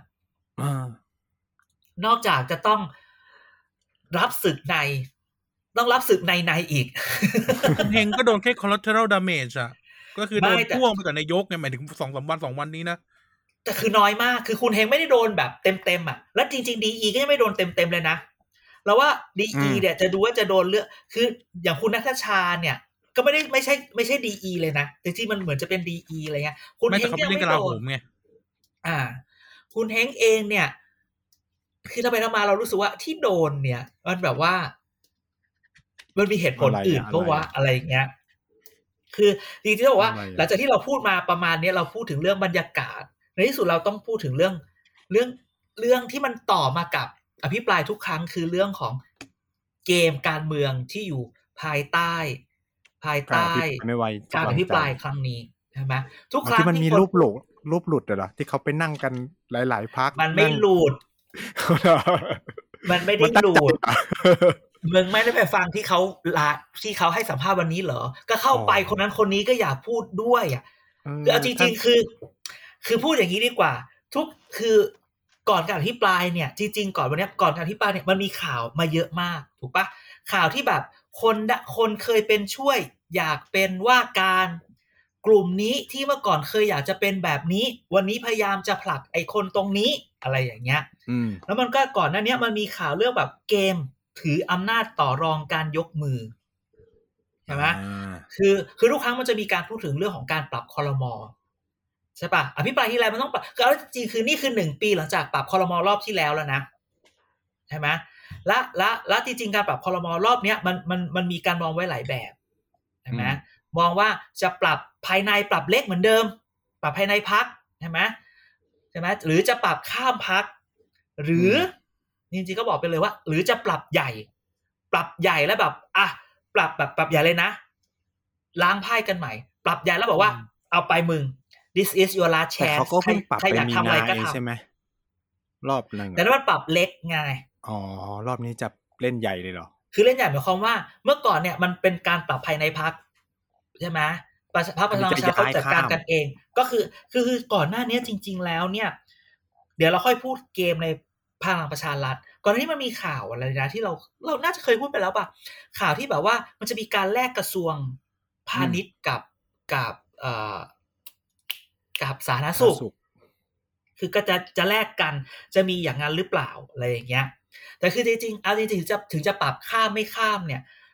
นอกจากจะต้องรับศึกในต้องรับศึกในในอีกคุณเฮงก็โดนแค่ collateral damage อ่ะก็คือโดนพ่วงไปกับนายกไงหมายถึง สองสาม วันสองวันนี้นะแต่คือน้อยมากคือคุณเฮงไม่ได้โดนแบบเต็มๆอ่ะแล้วจริงๆ ดี อี ก็ยังไม่โดนเต็มๆเลยนะแล้วว่า ดี อี เนี่ยจะดูว่าจะโดนเลือกคืออย่างคุณณัฐชาเนี่ยก็ไม่ได้ไม่ใช่ไม่ใช่ ดี อี เลยนะแต่ที่มันเหมือนจะเป็น ดี อี อะไรเงี้ยคุณเฮงยังไม่โดนไงอ่าคุณเฮงเองเนี่ยคือทำไปทำมาเรารู้สึกว่าที่โดนเนี่ยมันแบบว่ามันมีเหตุผลอื่นก็ว่าอะไรเงี้ยคือจริงๆที่บอกว่าหลังจากที่เราพูดมาประมาณนี้เราพูดถึงเรื่องบรรยากาศในที่สุดเราต้องพูดถึงเรื่องเรื่องเรื่องที่มันต่อมากับอภิปรายทุกครั้งคือเรื่องของเกมการเมืองที่อยู่ภายใต้ภายใต้การอภิปรายครั้งนี้ใช่ไหมทุกครั้งที่มันมีรูปหลุดรูปหลุดเหรอที่เขาไปนั่งกันหลายๆพรรคมันไม่หลุดมันไม่ได้หลุดมึงไม่ได้ไปฟังที่เขาลาที่เขาให้สัมภาษณ์วันนี้เหรอก็เข้าไปคนนั้นคนนี้ก็อยากพูดด้วยอ่ะคือเอาจริงๆคือคือพูดอย่างนี้ดีกว่าทุกคือก่อนการอภิปรายเนี่ยจริงๆก่อนวันนี้ก่อนการอภิปรายเนี่ยมันมีข่าวมาเยอะมากถูกปะข่าวที่แบบคนคนเคยเป็นช่วยอยากเป็นว่าการกลุ่มนี้ที่เมื่อก่อนเคยอยากจะเป็นแบบนี้วันนี้พยายามจะผลักไอ้คนตรงนี้อะไรอย่างเงี้ยแล้วมันก็ก่อนหน้านี้มันมีข่าวเรื่องแบบเกมถืออำนาจต่อรองการยกมือใช่ไหมคือคือทุกครั้งมันจะมีการพูดถึงเรื่องของการปรับครม.ใช่ป่ะอภิปรายที่ไรมันต้องปรับก็จริงคือนี่คือหนึ่งปีหลังจากปรับครม.รอบที่แล้วแล้วนะใช่ไหมและและและจริงๆการปรับครม.รอบเนี้ยมันมันมันมีการมองไว้หลายแบบใช่ไหมมองว่าจะปรับภายในปรับเล็กเหมือนเดิมปรับภายในพรรคใช่ไหมใช่ไหมหรือจะปรับข้ามพรรคหรือจริงๆก็บอกไปเลยว่าหรือจะปรับใหญ่ปรับใหญ่แล้วแบบอ่ะปรับแบบปรับใหญ่เลยนะล้างไพ่กันใหม่ปรับใหญ่แล้วบอกว่าเอาไปมึง this is your last chance เขาก็เพิ่งปรับไปมีนาเองใช่ไหมรอบนึงแต่นั้นมันปรับเล็กไงอ๋อรอบนี้จะเล่นใหญ่เลยเหรอคือเล่นใหญ่หมายความว่าเมื่อก่อนเนี่ยมันเป็นการปรับภายในพรรคใช่ไหมพรรคพลังประชารัฐเขาจัดการกันเองก็คือคือคือก่อนหน้านี้จริงๆแล้วเนี่ยเดี๋ยวเราค่อยพูดเกมในพลังประชารัฐก่อนหน้านี้มันมีข่าวอะไรนะที่เราเราน่าจะเคยพูดไปแล้วป่ะข่าวที่แบบว่ามันจะมีการแลกกระทรวงพาณิชย์กับกับเอ่อกับสาธารณสุขคือก็จะจะแลกกันจะมีอย่างนั้นหรือเปล่าอะไรอย่างเงี้ยแต่คือจริงๆเอาจริงๆจะถึงจะปรับข้ามไม่ข้ามเนี่ย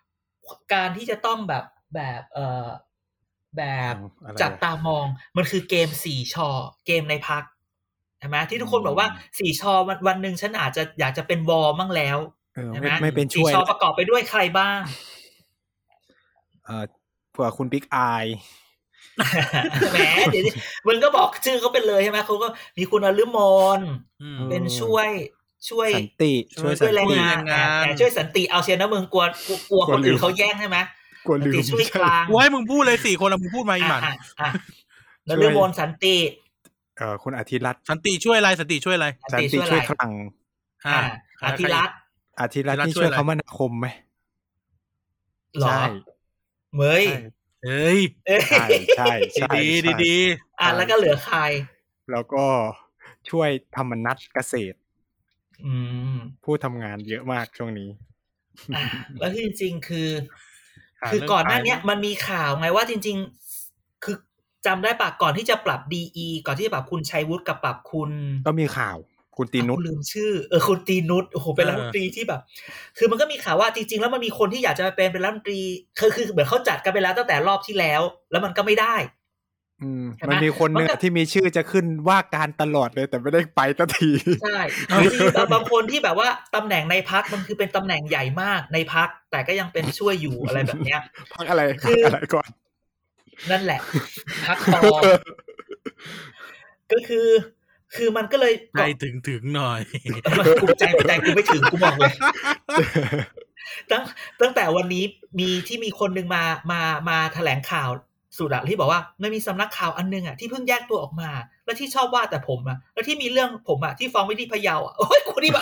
การที่จะต้องแบบแบบเอ่อแบบจับตามองมันคือเกมสี่ชอเกมในพักใช่ไหมที่ทุกคนบอกว่าสี่ชอวันวันหนึ่งฉันอาจจะอยากจะเป็นวอลมั่งแล้วใช่ไหมไม่เป็นช่วยสี่ชอประกอบไปด้วยใครบ้างเอ่อเผื่อคุณบิ๊กอายแหมเดี๋ยวมึงก็บอกชื่อเขาเป็นเลยใช่ไหมเขาก็มีคุณอฤมลเป็นช่วยช่วยสันติช่วยแรงงานช่วยสันติเอาเชียร์นะมึงกลัวกลัวคนอื่นเขาแย่งใช่ไหมกลัวลืมช่วยกลางกูให้มึงพูดเลยสี่คนแล้วมึงพูดมาอีหมันนฤมลสันติเอ่อคุณอาทิรัตน์สันติช่วยอะไรสันติช่วยอะไรสันติช่วยคลังอ่าอาทิรัตน์อาทิรัตน์นี่ช่วยคมนาคมไหมใช่เฮ้ยเอ้ยใช่ใช่ใช่ดีดีดีอ่ะแล้วก็เหลือใครแล้วก็ช่วยธรรมนัสเกษตรอืมผู้ทำงานเยอะมากช่วงนี้อ่ะแล้วที่จริงๆคือคือก่อนหน้านี้มันมีข่าวไงว่าจริงๆคือจำได้ปะก่อนที่จะปรับ ดี อี ก่อนที่จะปรับคุณชัยวุฒิกับปรับคุณก็มีข่าวคุณตีนุชลืมชื่อเออคุณตีนุชโอ้โหเป็นรัฐมนตรีที่แบบคือมันก็มีข่าวว่าจริงๆแล้วมันมีคนที่อยากจะไปเป็นเป็นรัฐมนตรีคือคือเหมือนเขาจัดกันไปแล้วตั้งแต่รอบที่แล้วแล้วมันก็ไม่ได้อืมมันมีคนนึงที่มีชื่อจะขึ้นว่าการตลอดเลยแต่ไม่ได้ไปสักทีใช่มีบางคนที่แบบว่าตำแหน่งในพรรคมันคือเป็นตำแหน่งใหญ่มากในพรรคแต่ก็ยังเป็นช่วยอยู่อะไรแบบเนี้ยพรรคอะไรพรรคอะไรก่อนนั่นแหละพรรคปอก็คือคือมันก็เลยใจถึงถึงหน่อยกูใจใจกูไม่ถึงกูบอกเลยตั้งตั้งแต่วันนี้มีที่มีคนนึงมามามาแถลงข่าวสุดอะที่บอกว่ามันมีสำนักข่าวอันนึงอะที่เพิ่งแยกตัวออกมาแล้วที่ชอบว่าแต่ผมอะแล้วที่มีเรื่องผมอะที่ฟ้องไว้ที่พะเยาอะโอ้ยกูนี่บ้า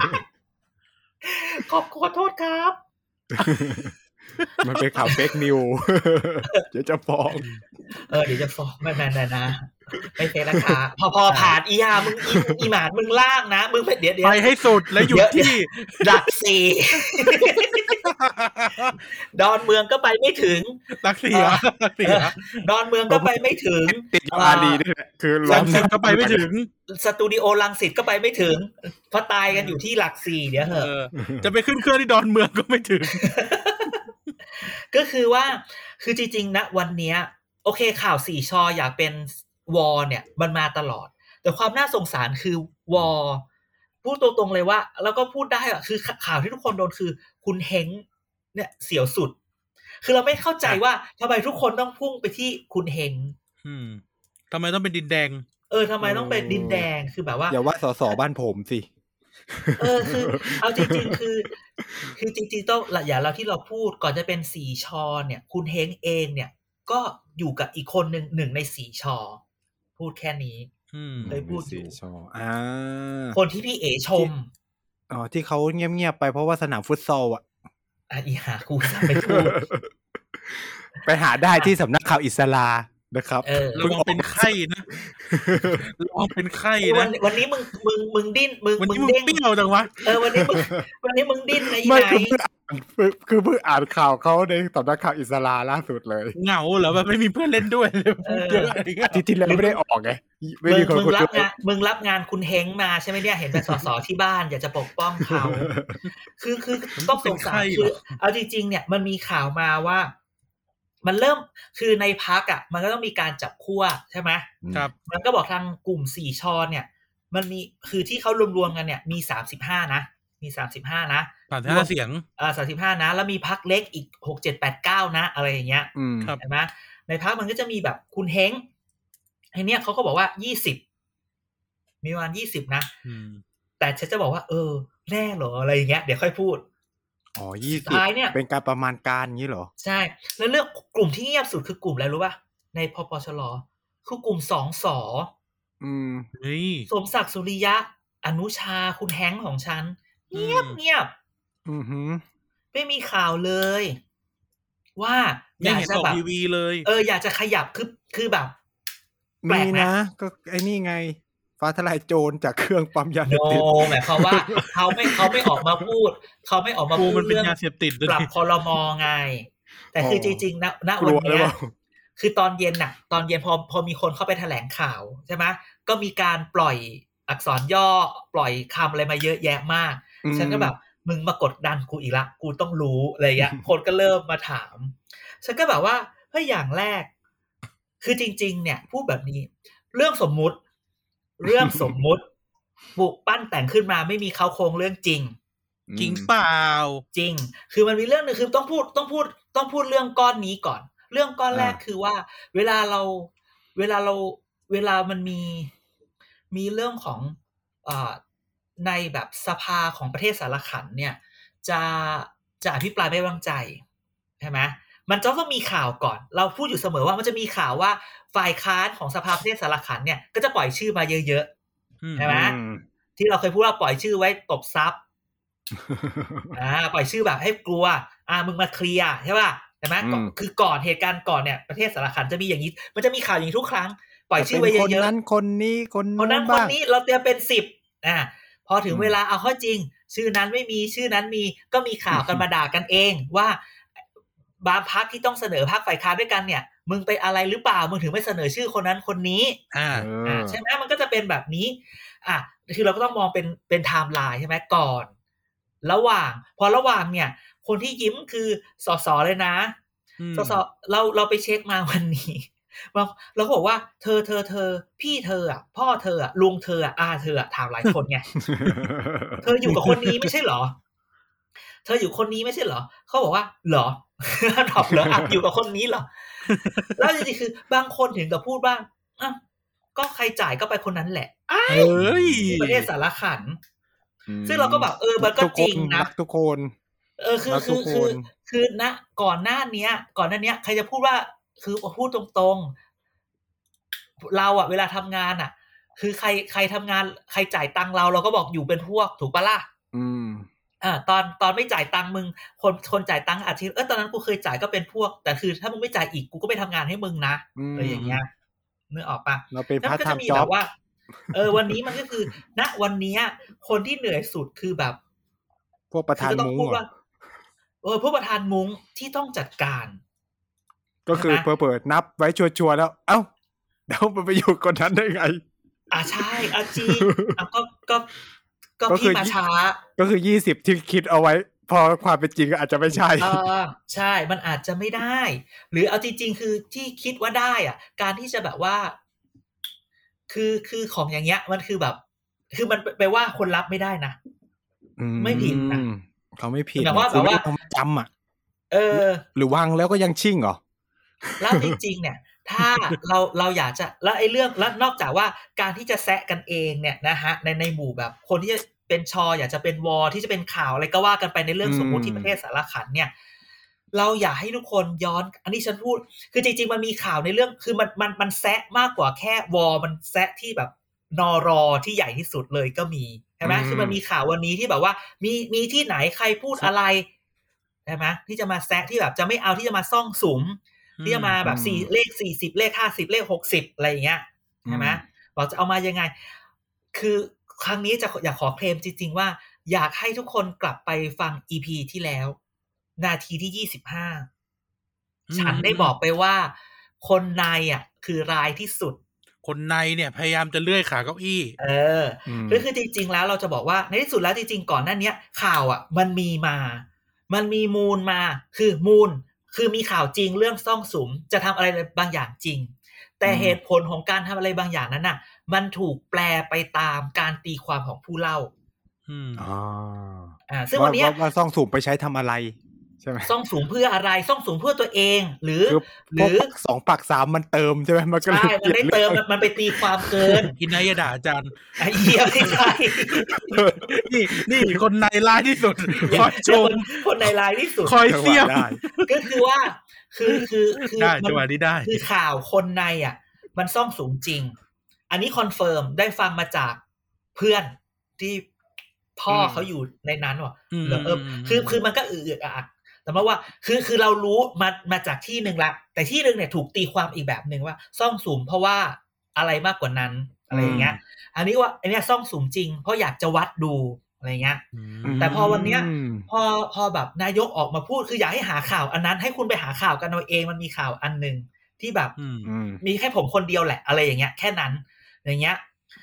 ขอบขอโทษครับมันเป็นข่าวเฟกนิวเดี๋ยวจะฟ้องเออเดี๋ยวจะฟ้องไม่ไม่ไม่นะไม่เฟกราคาพอพอผ่านอีห่ามึงอีหมาดมึงล่างนะมึงเดี๋ยวเดี๋ยวไปให้สุดแล้วอยู่ที่หลักสี่ดอนเมืองก็ไปไม่ถึงหลักสี่หลักสี่ดอนเมืองก็ไปไม่ถึงติดอารีด้วยคือรังสิตก็ไปไม่ถึงสตูดิโอรังสิตก็ไปไม่ถึงเพราะตายกันอยู่ที่หลักสี่เดี๋ยวเหอะจะไปขึ้นเครื่องที่ดอนเมืองก็ไม่ถึงก็คือว่าคือจริงๆนะวันนี้โอเคข่าวสี่ชออยากเป็นวอเนี่ยมันมาตลอดแต่ความน่าสงสารคือวอพูดตรงๆเลยว่าแล้วก็พูดได้อะคือข่าวที่ทุกคนโดนคือคุณเฮงเนี่ยเสียวสุดคือเราไม่เข้าใจว่าทำไมทุกคนต้องพุ่งไปที่คุณเฮงอืมทำไมต้องเป็นดินแดงเออทำไมต้องเป็นดินแดงคือแบบว่าอย่าว่าสสบ้านผมสิเออคือเอาจริงๆคือคือจริงๆต้องอย่างเราที่เราพูดก่อนจะเป็นสี่ชอเนี่ยคุณเฮงเองเนี่ยก็อยู่กับอีกคนหนึ่งหนึ่งในสี่ชอพูดแค่นี้เคยพูดอยู่อ่าคนที่พี่เอชมอ๋อที่เขาเงียบๆไปเพราะว่าสนามฟุตซอลอ่ะอ่ะอีหากูจะไม่พูดไปหาได้ที่สำนักข่าวอิสลานะครับระวังเป็นไข้นะระวังเป็นไข้นะวันนี้มึงมึงมึงดิ้นมึงมึงเด้งเปรี้ยวจังวะเออวันนี้มึงวันนี้มึงดิ้นไงไม่คือคือเพิ่งอ่านข่าวเขาในสำนักข่าวอิสลาล่าสุดเลยเหงาเหรอแบบไม่มีเพื่อนเล่นด้วยเยอะอะไรเงี้ยที่ที่แล้วไม่ได้ออกไงไม่มีคนมึงรับงานมึงรับงานคุณเฮงมาใช่ไหมเนี่ยเห็นเป็นสสที่บ้านอยากจะปกป้องเขาคือคือต้องสงสารคือเอาจริงๆเนี่ยมันมีข่าวมาว่ามันเริ่มคือในพรรคอ่ะมันก็ต้องมีการจับขั้วใช่ไหมครับมันก็บอกทางกลุ่มสี่ชอเนี่ยมันมีคือที่เขารวมๆกันเนี่ยมีสามสิบห้านะมีสามสิบห้านะสามสิบห้าเสียงอ่าสามสิบห้านะแล้วมีพรรคเล็กอีกหก เจ็ด แปด เก้านะอะไรอย่างเงี้ยใช่ไหมในพรรคมันก็จะมีแบบคุณเฮงไอ้เนี่ยเขาก็บอกว่ายี่สิบมีประมาณยี่สิบนะแต่ฉันจะบอกว่าเออแน่เหรออะไรอย่างเงี้ยเดี๋ยวค่อยพูดอ๋อยี่สิบเนี่ยเป็นการประมาณการงี้เหรอใช่แล้วเลือกกลุ่มที่เงียบสุดคือกลุ่มอะไรรู้ป่ะในพปชรคือกลุ่มสองสอืมเฮ้ยสมศักดิ์สุริยะอนุชาคุณแฮงค์ของฉันเงียบเงียบอือหือไม่มีข่าวเลยว่าอยากจะแบบทีวีเลยเอออยากจะขยับคือคือแบบแปลกนะก็ไอ้นี่ไงฟ้าทลายโจรจากเครื่องปั๊มยาเสพติดโนหมายความว่าเขาไม่เขาไม่ออกมาพูดเขาไม่ออกมาพูดเรื่องยาเสพติดปรับครม.ไงแต่คือจริงๆณณวันนี้คือตอนเย็นน่ะตอนเย็นพอพอมีคนเข้าไปแถลงข่าวใช่ไหมก็มีการปล่อยอักษรย่อปล่อยคำอะไรมาเยอะแยะมากฉันก็แบบมึงมากดดันกูอีกละกูต้องรู้อะไรเงี้ย คนก็เริ่มมาถามฉันก็แบบว่าเฮ้ยอย่างแรกคือจริงๆเนี่ยพูดแบบนี้เรื่องสมมุติเรื่องสมมุติบุกปั้นแต่งขึ้นมาไม่มีเขาโครงเรื่องจริงจริงเปล่าจริงคือมันมีเรื่องนึงคือต้องพูดต้องพูดต้องพูดเรื่องก้อนนี้ก่อนเรื่องก้อนแรกคือว่าเวลาเราเวลาเราเวลามันมีมีเรื่องของอ่าในแบบสภาของประเทศสารขันเนี่ยจะจะอภิปรายไม่ไว้วางใจใช่ไหมมันจะต้องมีข่าวก่อนเราพูดอยู่เสมอว่ามันจะมีข่าวว่าฝ่ายค้านของสภาประเทศสารขันเนี่ยก็จะปล่อยชื่อมาเยอะๆใช่ไหมที่เราเคยพูดว่าปล่อยชื่อไว้ตบซับอ่าปล่อยชื่อแบบให้กลัวอ่ามึงมาเคลียร์ใช่ป่ะใช่ไหมคือก่อนเหตุการณ์ก่อนเนี่ยประเทศสารขันจะมีอย่างนี้มันจะมีข่าวอย่างนี้ทุกครั้งปล่อยชื่อไว้เยอะๆคนนั้นคนนี้คนนั้นคนนี้เราเตรียมเป็นสิบอ่าพอถึงเวลาเอาข้อจริงชื่อนั้นไม่มีชื่อนั้นมีก็มีข่าวกันมาด่ากันเองว่าบางพรรคที่ต้องเสนอพรรคฝ่ายค้านด้วยกันเนี่ยมึงไปอะไรหรือเปล่ามึงถึงไม่เสนอชื่อคนนั้นคนนี้อ่าอ่าใช่ไหมมันก็จะเป็นแบบนี้อ่ะคือเราก็ต้องมองเป็นเป็นไทม์ไลน์ใช่ไหมก่อนระหว่างพอระหว่างเนี่ยคนที่ยิ้มคือสสเลยนะสสเราเราไปเช็คมาวันนี้เราก็บอกว่าเธอเธอเธอพี่เธออ่ะพ่อเธออ่ะลุงเธออ่ะอาเธออ่ะถามหลายคนไง เธออยู่กับคนนี้ไม่ใช่เหรอเธออยู่คนนี้ไม่ใช่เหรอเขาบอกว่าเหรอตอบเหรออ่ะอยู่กับคนนี้เหรอแล้วจริงๆคือบางคนถึงกับพูดบ้างอ่ะก็ใครจ่ายก็ไปคนนั้นแหละเฮ้ยประเทศสารขันซึ่งเราก็แบบเออมันก็จริงนะทุกคนเออคือคือคือคือณก่อนหน้านี้ก่อนหน้านี้ใครจะพูดว่าคือพูดตรงๆเราอะเวลาทำงานอะคือใครใครทำงานใครจ่ายตังค์เราเราก็บอกอยู่เป็นพวกถูกปะล่ะอืมอ่าตอนตอนไม่จ่ายตังค์มึงคนคนจ่ายตังค์อาทิตย์เออตอนนั้นกูเคยจ่ายก็เป็นพวกแต่คือถ้ามึงไม่จ่ายอีกกูก็ไม่ทำงานให้มึงนะอะไรอย่างเงี้ยนึกออกปะเราเป็นพาร์ทไทม์จ็อบว่าเออวันนี้มันก็คือณวันนี้คนที่เหนื่อยสุดคือแบบพวกประธานมุ้งเออพวกประธานมุ้งที่ต้องจัดการก็คือเปิดนับไว้ชัวร์ๆแล้วเอ้าเดี๋ยวมันไปอยู่คนนั้นได้ไงอ่ะใช่อ่ะจริงอ่ะก็ก็ก็พี่มาช้าก็คือยี่สิบที่คิดเอาไว้พอความเป็นจริงอาจจะไม่ใช่เออใช่มันอาจจะไม่ได้หรือเอาจริงๆคือที่คิดว่าได้อ่ะการที่จะแบบว่าคือคือของอย่างเงี้ยมันคือแบบคือมันแปลว่าคนรับไม่ได้นะไม่ผิดนะเขาไม่ผิดแต่ว่าแบบว่าจำอ่ะเออหรือวางแล้วก็ยังชิ่งเหรอแล้วจริงๆเนี่ยถ้าเราเราอยากจะแล้วไอ้เรื่องแล้วนอกจากว่าการที่จะแซะกันเองเนี่ยนะฮะในในหมู่แบบคนที่จะเป็นชออยากจะเป็นวอที่จะเป็นข่าวอะไรก็ว่ากันไปในเรื่องสมมุติที่ประเทศสารขันเนี่ยเราอยากให้ทุกคนย้อนอันนี้ฉันพูดคือจริงๆมันมีข่าวในเรื่องคือมันมันมันแซะมากกว่าแค่วอมันแซะที่แบบนรอที่ใหญ่ที่สุดเลยก็มีใช่ไหมคือมันมีข่าววันนี้ที่แบบว่ามีมีที่ไหนใครพูดอะไรใช่ไหมที่จะมาแซะที่แบบจะไม่เอาที่จะมาซ่องสุมที่จะมาแบบสี่เลขสี่สิบเลขห้าสิบเลขหกสิบอะไรอย่างเงี้ยใช่ไหมบอกจะเอามายังไงคือครั้งนี้จะอยากขอเคลมจริงๆว่าอยากให้ทุกคนกลับไปฟัง อี พี ที่แล้วนาทีที่ยี่สิบห้าฉันได้บอกไปว่าคนในอ่ะคือรายที่สุดคนในเนี่ยพยายามจะเลื่อยขาเก้าอี้เออก็คือจริงๆแล้วเราจะบอกว่าในที่สุดแล้วจริงๆก่อนหน้านี้ข่าวอ่ะมันมีมามันมีมูลมาคือมูลคือมีข่าวจริงเรื่องซ่องสุมจะทำอะไรบางอย่างจริงแต่เหตุผลของการทำอะไรบางอย่างนั้นน่ะมันถูกแปลไปตามการตีความของผู้เล่าอืมอ๋ออ่าซึ่งวันนี้ว่าซ่องสุมไปใช้ทำอะไรใช่ไหมซ่องสุมเพื่ออะไรซ่องสุมเพื่อตัวเองหรือหรือสองปักสามมันเติมใช่ไหมมันก็ใช่มันไม่เติมมันไปตีความเกินกินนายด่าอาจารย์ไอ้เหี้ยไม่ใช่นี่นี่คนในร้ายที่สุดคอยชมคนในร้ายที่สุดคอยเสียบก็คือว่าคือคือคือได้จังหวะนี้ได้คือข่าวคนในอ่ะมันซ่องสุมจริงอันนี้คอนเฟิร์มได้ฟังมาจากเพื่อนที่พ่อเขาอยู่ในนั้นว่ะเออคือคือมันก็อือๆอ่ะแต่ว่าคือคือเรารู้มามาจากที่นึงละแต่ที่นึงเนี่ยถูกตีความอีกแบบนึงว่าซ่องสุมเพราะว่าอะไรมากกว่านั้นอะไรอย่างเงี้ยอันนี้ว่าอันเนี้ยซ่องสุมจริงเพราะอยากจะวัดดูอะไรเงี้ยแต่พอวันเนี้ยพอพอแบบนายกออกมาพูดคืออยากให้หาข่าวอันนั้นให้คุณไปหาข่าวกันเอาเองมันมีข่าวอันนึงที่แบบมีแค่ผมคนเดียวแหละอะไรอย่างเงี้ยแค่นั้นอย่างเงี้ย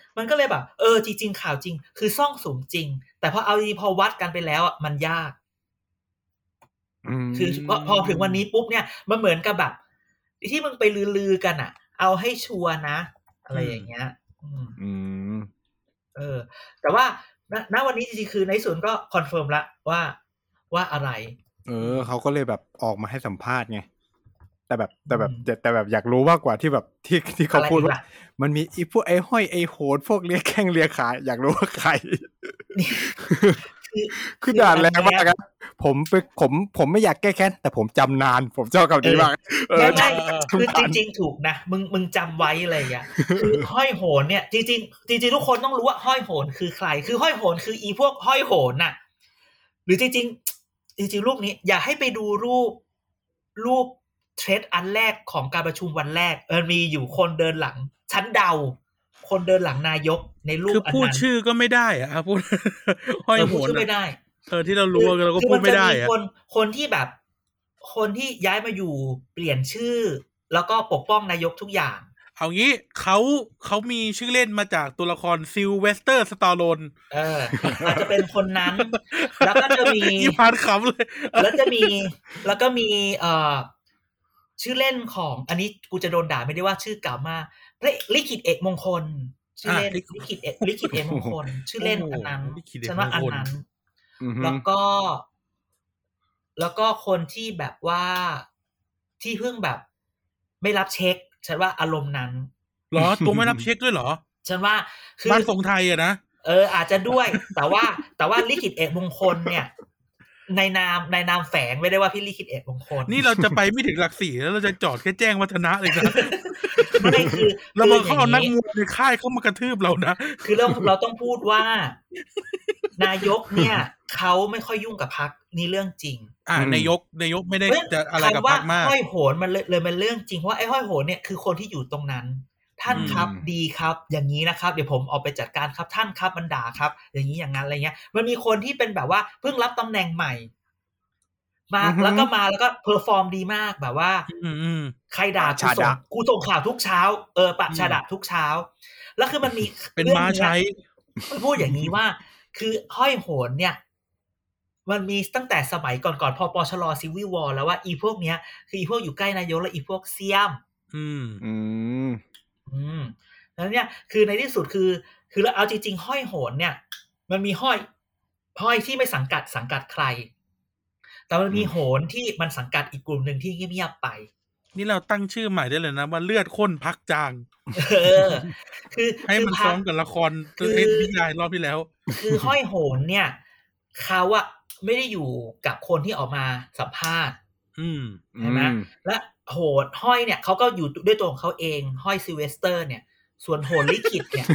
มันก็เลยแบบเออจริงๆข่าวจริงคือซ่องสุมจริงแต่พอเอาดีพอวัดกันไปแล้วอ่ะมันยากคือพอพอถึงวันนี้ปุ๊บเนี่ยมันเหมือนกับแบบที่มึงไปลือๆกันอ่ะเอาให้ชัวร์นะอะไรอย่างเงี้ยอืมเออแต่ว่าณวันนี้จริงๆคือในส่วนก็คอนเฟิร์มละว่าว่าอะไรเออเขาก็เลยแบบออกมาให้สัมภาษณ์ไงแต่แบบแต่แบบแต่แบบอยากรู้มากกว่าที่แบบที่ที่เขาพูดว่ามันมีอีพวกไอ้ห้อยไอ้โหดพวกเลี้ยแข้งเลี้ยขาอยากรู้ว่าใครคือด่าแรงมากครับผมไปผมผมไม่อยากแก้แค้นแต่ผมจำนานผมชอบคำนี้มากเออใช่คือจริงๆถูกนะมึงมึงจำไว้อะไรอย่างเงี้ยคือห้อยโหนเนี่ยจริงๆจริงๆทุกคนต้องรู้ว่าห้อยโหนคือใครคือห้อยโหนคืออีพวกห้อยโหนน่ะหรือจริงๆจริงๆรูปนี้อยากให้ไปดูรูปรูปเทรดอันแรกของการประชุมวันแรกเออมีอยู่คนเดินหลังชั้นเดาคนเดินหลังนายกในรูปอันนั้นคือพูดชื่อก็ไม่ได้อะพูดห้อยโหนไม่ได้เออที่เรารู้เราก็พูดไม่ได้อะคนคนที่แบบคนที่ย้ายมาอยู่เปลี่ยนชื่อแล้วก็ปกป้องนายกทุกอย่างเอางี้เขาเขามีชื่อเล่นมาจากตัวละครซิลเวสเตอร์สตาร์โลนเอออาจจะเป็นคนนั้นแล้วก็จะมีอีพานขำเลยแล้วจะมีแล้วก็มีเอ่อชื่อเล่นของอันนี้กูจะโดนด่าไม่ได้ว่าชื่อเก่ามากลิขิตเอกมงคลชื่อเล่นลิขิตเอกลิขิตเอกมงคลชื่อเล่นอันนั้นฉันว่าอันนั้นแล้วก็แล้วก็คนที่แบบว่าที่เพิ่งแบบไม่รับเช็คฉันว่าอารมณ์นั้นเหรอตัวไม่รับเช็คด้วยเหรอฉันว่าคือบ้านทรงไทยอะนะเอออาจจะด้วยแต่ว่าแต่ว่าลิขิตเอกมงคลเนี่ยในนามในนามแฝงไม่ได้ว่าพี่ลิขิตเอกมงคลนี่เราจะไปไม่ถึงหลักสี่แล้วเราจะจอดแค่แจ้งวัฒนะเลยนะไม่คือเรามาเข้านักมวยในค่ายเข้ามากระทืบเรานะคือเราเราต้องพูดว่านายกเนี่ยเขาไม่ค่อยยุ่งกับพรรคนี่เรื่องจริงอ่านายกนายกไม่ได้จะอะไรกับพรรคมากห้อยโหนมันเลยเลยมันเรื่องจริงว่าไอ้ห้อยโหนเนี่ยคือคนที่อยู่ตรงนั้นท่านครับดีครับอย่างนี้นะครับเดี๋ยวผมออกไปจัดการครับท่านครับมันด่าครับอย่างนี้อย่างนั้นอะไรเงี้ยมันมีคนที่เป็นแบบว่าเพิ่งรับตำแหน่งใหม่มาแล้วก็มาแล้วก็เพอร์ฟอร์มดีมากแบบว่าใครด่ากูส่งกูส่งข่าวทุกเช้าเออปะชาดะทุกเช้าแล้วคือมันมีเป็นม้าใช้พูดอย่างนี้ว่าคือห้อยโหนเนี่ยมันมีตั้งแต่สมัยก่อนๆพอปชรซิวิวอร์แล้วว่าอีพวกเนี้ยคืออีพวกอยู่ใกล้นายกและอีพวกเสี้ยมอืมอืมอืมแล้วเนี่ยคือในที่สุดคือคือแล้วเอาจริงๆห้อยโหนเนี่ยมันมีห้อยห้อยที่ไม่สังกัดสังกัดใครแต่มันมีโหนที่มันสังกัดอีกกลุ่มหนึ่งที่เงียบๆไปนี่เราตั้งชื่อใหม่ได้เลยนะว่าเลือดข้นพักจางเออคือให้มันซ้อมกับละครคือนิยายรอบที่แล้วคือห้อยโหนเนี่ยเขาอะไม่ได้อยู่กับคนที่ออกมาสัมภาษณ์ใช่ไหมและโหนห้อยเนี่ยเขาก็อยู่ด้วยตัวของเขาเองห้อยซิลเวสเตอร์เนี่ยส่วนโหนลิขิตเนี่ย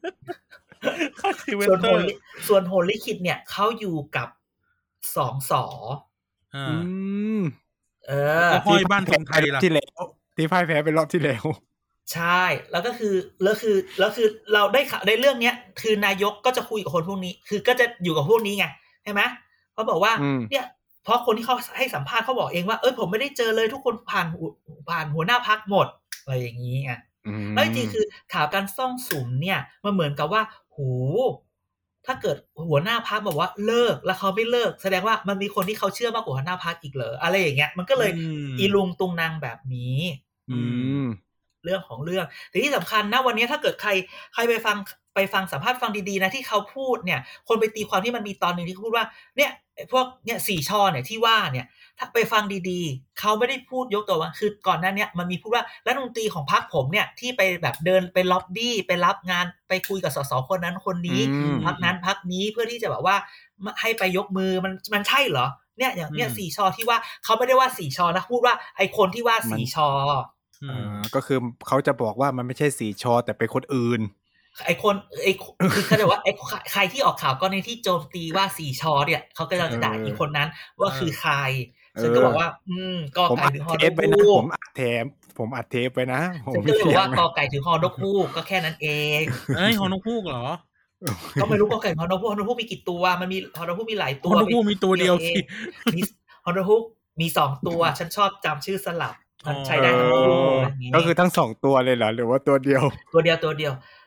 ส่วนโหนส่วนโหนลิขิตเนี่ยเขาอยู่กับสองสออืมเออห้อยบ้านทรงไทยล่ะที่แล้วที่พ่ายแพ้เป็นรอบที่แล้วใช่แล้วก็คือแล้วคือแล้วคือเราได้ในเรื่องเนี้ยคือนายกก็จะคุยกับคนพวกนี้คือก็จะอยู่กับพวกนี้ไงใช่ไหมเขาบอกว่าเนี่ยเพราะคนที่เขาให้สัมภาษณ์เขาบอกเองว่าเออผมไม่ได้เจอเลยทุกคนผ่านผ่านหัวหน้าพรรคหมดอะไรอย่างนี้ไงแล้วจริงๆคือข่าวการซ่องสุมเนี่ยมันเหมือนกับว่าหูถ้าเกิดหัวหน้าพรรคบอกว่าเลิกแล้วเขาไม่เลิกแสดงว่ามันมีคนที่เขาเชื่อมากกว่าหัวหน้าพรรคอีกเหรออะไรอย่างเงี้ยมันก็เลยอีลุงตุงนางแบบนี้เรื่องของเรื่องแต่ที่สำคัญนะวันนี้ถ้าเกิดใครใครไปฟังไปฟังสัมภาษณ์ฟังดีๆนะที่เขาพูดเนี่ยคนไปตีความที่มันมีตอนนึงที่เขาพูดว่าเนี่ยพวกเนี่ยสี่ช่อเนี่ยที่ว่าเนี่ยถ้าไปฟังดีๆเขาไม่ได้พูดยกตัวว่าคือก่อนหน้านี้มันมีพูดว่ารัฐมนตรีของพรรคผมเนี่ยที่ไปแบบเดินไปล็อบบี้ไปรับงานไปคุยกับสสคนนั้นคนนี้พรรคนั้นพรรคนี้เพื่อที่จะแบบว่าให้ไปยกมือมันมันใช่เหรอเนี่ยอย่างเนี่ยสี่ช่อที่ว่าเขาไม่ได้ว่าสี่ช่อนะพูดว่าไอ้คนที่ว่าสี่ช่ออ่าก็คือเขาจะบอกว่ามันไม่ใช่สี่ชอแต่เป็นคนอื่นไอคนไอคือเขาบอกว่าไอใครที่ออกข่าวก็ในที่โจมตีว่าสี่ชอเนี่ยเขาก็จะด่าอีกคนนั้นว่าคือใครฉันก็บอกว่าอืมกอไก่ถึงฮอนกฮูกผมอัดเทปผมอัดเทปไปนะฉันก็เลยบอกว่ากอไก่ถึงฮอนกฮูกก็แค่นั้นเองเอ้ยฮอนกฮูกเหรอก็ไม่รู้กอไก่ฮอนกฮูกฮอนกฮูกมีกี่ตัวมันมีฮอนกฮูกมีหลายตัวฮอนกฮูกมีตัวเดียวสิมีฮอนกฮูกมีสองตัวฉันชอบจำชื่อสลับมันใช้ได้ทั้งคู่ก็คือทั้งสองตัวเลยเหรอหรือว่าตัวเดียวตัวเดียวตัวเดียว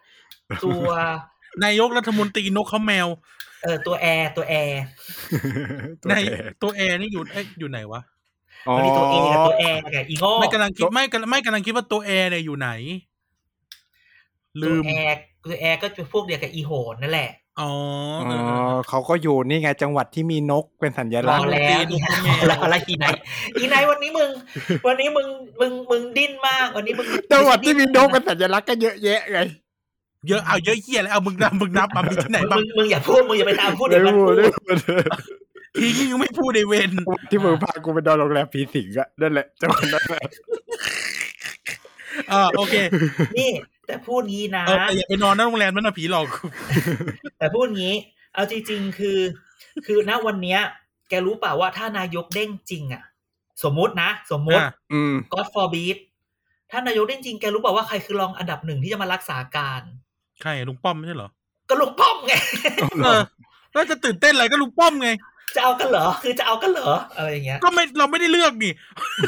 ตัวนายกรัฐมนตรีนกเขาแมวเออตัวแอร์ตัวแอร์ในตัวแอร์นี่อยู่เอ๊ะอยู่ไหนวะมันมีตัวเอกับตัวแอร์กับอีโง่ไม่กำลังคิดไม่ไม่กำลังคิดว่าตัวแอร์เนี่ยอยู่ไหนลืมตัวแอร์ตัวแอร์ก็พวกเดียวกับอีโหนนั่นแหละอ๋อเขาก็อยู่นี่ไงจังหวัดที่มีนกเป็นสัญลักษณ์แล้วแล้วอะไรอีไหนอีไหนวันนี้มึงวันนี้มึงมึงมึงดิ้นมากวันนี้มึงจังหวัดที่มีนกเป็นสัญลักษณ์ก็เยอะแยะไงเยอะเอาเยอะเหี้ยแล้วเอามึงนับมึงนับมามีที่ไหนบ้างมึงมึงอย่าพูดมึงอย่าไปตามพูดเดี๋ยวมันพูดทีนี้ยังไม่พูดในเวรที่มึงพากูไปนอนโรงแรมผีสิงอ่ะนั่นแหละจังหวัดนั้นแหละอ่าโอเคนี่แต่พูดงี้นะแต่อย่าไปนอนในโรงแรมนั้นนะผีหลอกแต่พูดงี้เอาจริงๆคือคือณวันเนี้ยแกรู้เปล่าว่าถ้านายกเด้งจริงอ่ะสมมุตินะสมมุติ God forbid ถ้านายกเด้งจริงแกรู้เปล่าว่าใครคือรองอันดับหนึ่งที่จะมารักษาการใครลุงป้อมไม่ใช่เหรอก็ลุงป้อมไงเออแล้วจะตื่นเต้นอะไรก็ลุงป้อมไงจะเอากันเหรอคือจะเอากันเหรออะไรอย่างเงี้ยก็ไม่เราไม่ได้เลือกนี่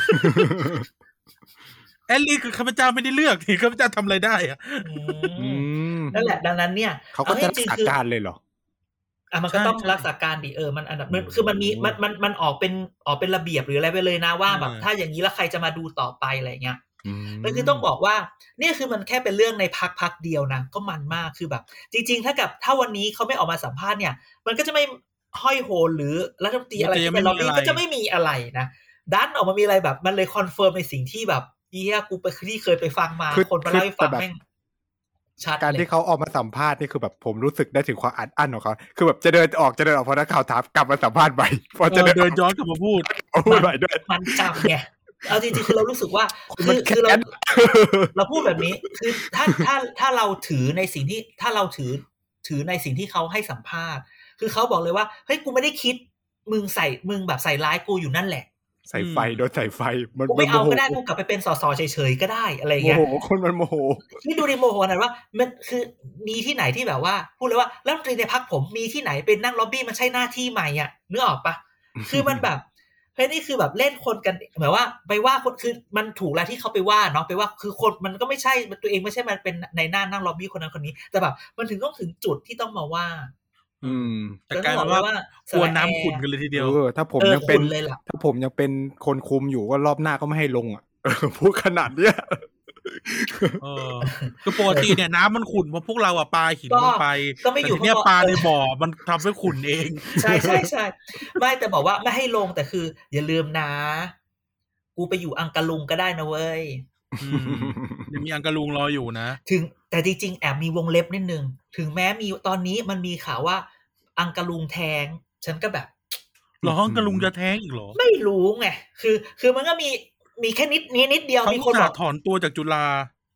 แอลลี่คือข้าพเจ้าไม่ได้เลือกนี่ข้าพเจ้าทำอะไรได้อ่ะนั่นแหละดังนั้นเนี่ยเขาก็จะรักษาการเลยเหรออ่ะมันก็ต้องรักษาการดิเออมันอันดับคือมันมีมันมันมันออกเป็นออกเป็นระเบียบหรืออะไรไปเลยนะว่าแบบถ้าอย่างนี้แล้วใครจะมาดูต่อไปอะไรเงี้ยมันคือต้องบอกว่าเนี่ยคือมันแค่เป็นเรื่องในพักพักเดียวนะก็มันมากคือแบบจริงๆถ้ากับถ้าวันนี้เขาไม่ออกมาสัมภาษณ์เนี่ยมันก็จะไม่ห้อยโหนหรือรัฐมนตรีอะไรที่เป็นล็อบบี้ก็จะไม่มีอะไรนะดันออกมามีอะไรแบบมันเลยคอนเฟิร์มในสิ่งที่แบบเฮียกูไปที่เคยไปฟังมาคนมาเล่าให้ฟังแม่งการที่เขาออกมาสัมภาษณ์นี่คือแบบผมรู้สึกได้ถึงความอัดอั้นของเขาคือแบบจะเดินออกจะเดินออกพอนักข่าวถามกลับมาสัมภาษณ์ใหม่พอจะเดินย้อนกลับมาพูดพูดใหม่ด้วยมันจำไงเอาจริงๆคือเรารู้สึกว่าคือคือเราเราพูดแบบนี้คือถ้าถ้าถ้าเราถือในสิ่งที่ถ้าเราถือถือในสิ่งที่เขาให้สัมภาษณ์คือเขาบอกเลยว่าเฮ้ยกูไม่ได้คิดมึงใส่มึงแบบใส่ร้ายกูอยู่นั่นแหละใส่ไฟโดนใส่ไฟมันไม่เอาก็ได้กูกลับไปเป็นสสเฉยๆก็ได้อะไรเงี้ยโมโหคนมันโมโหนี่ดูในโมโหนั่นว่ามันคือมีที่ไหนที่แบบว่าพูดเลยว่ารัฐมนตรีในพรรคผมมีที่ไหนเป็นนั่งล็อบบี้มันใช่หน้าที่ใหม่อ่ะนึกออกปะคือมันแบบเฮ้ยนี่คือแบบเล่นคนกันหมายว่าไปว่าคนคือมันถูกแล้วที่เขาไปว่าเนาะไปว่าคือคนมันก็ไม่ใช่ตัวเองไม่ใช่มันเป็นในหน้านั่งล็อบบี้คนนั้นคนนี้แต่แบบมันถึงต้องถึงจุดที่ต้องมาว่าอืมแต่กลายเป็นว่ากวนน้ำขุ่นกันเลยทีเดียวเออถ้าผมยังเป็นถ้าผมยังเป็นคนคุมอยู่ก็รอบหน้าก็ไม่ให้ลงอ่ะพูดขนาดเนี้ยเออคือปกติเนี่ยน้ำมันขุ่นเพราะพวกเราอ่ะปาหินลงไปแต่ทีเนี้ยปลาในบ่อมันทำให้ขุ่นเองใช่ใช่ใช่ไม่แต่บอกว่าไม่ให้ลงแต่คืออย่าลืมนะกูไปอยู่อังกะลุงก็ได้นะเว้ยยังมีอังกะลุงรออยู่นะถึงแต่จริงๆแอบมีวงเล็บนิดนึงถึงแม้มีตอนนี้มันมีข่าวว่าอังกะลุงแท้งฉันก็แบบหรออังกะลุงจะแท้งอีกหรอไม่รู้ไงคือคือมันก็มีมีแค่นิดนี้นิดเดียวมีคนบอกถอนตัวจากจุฬา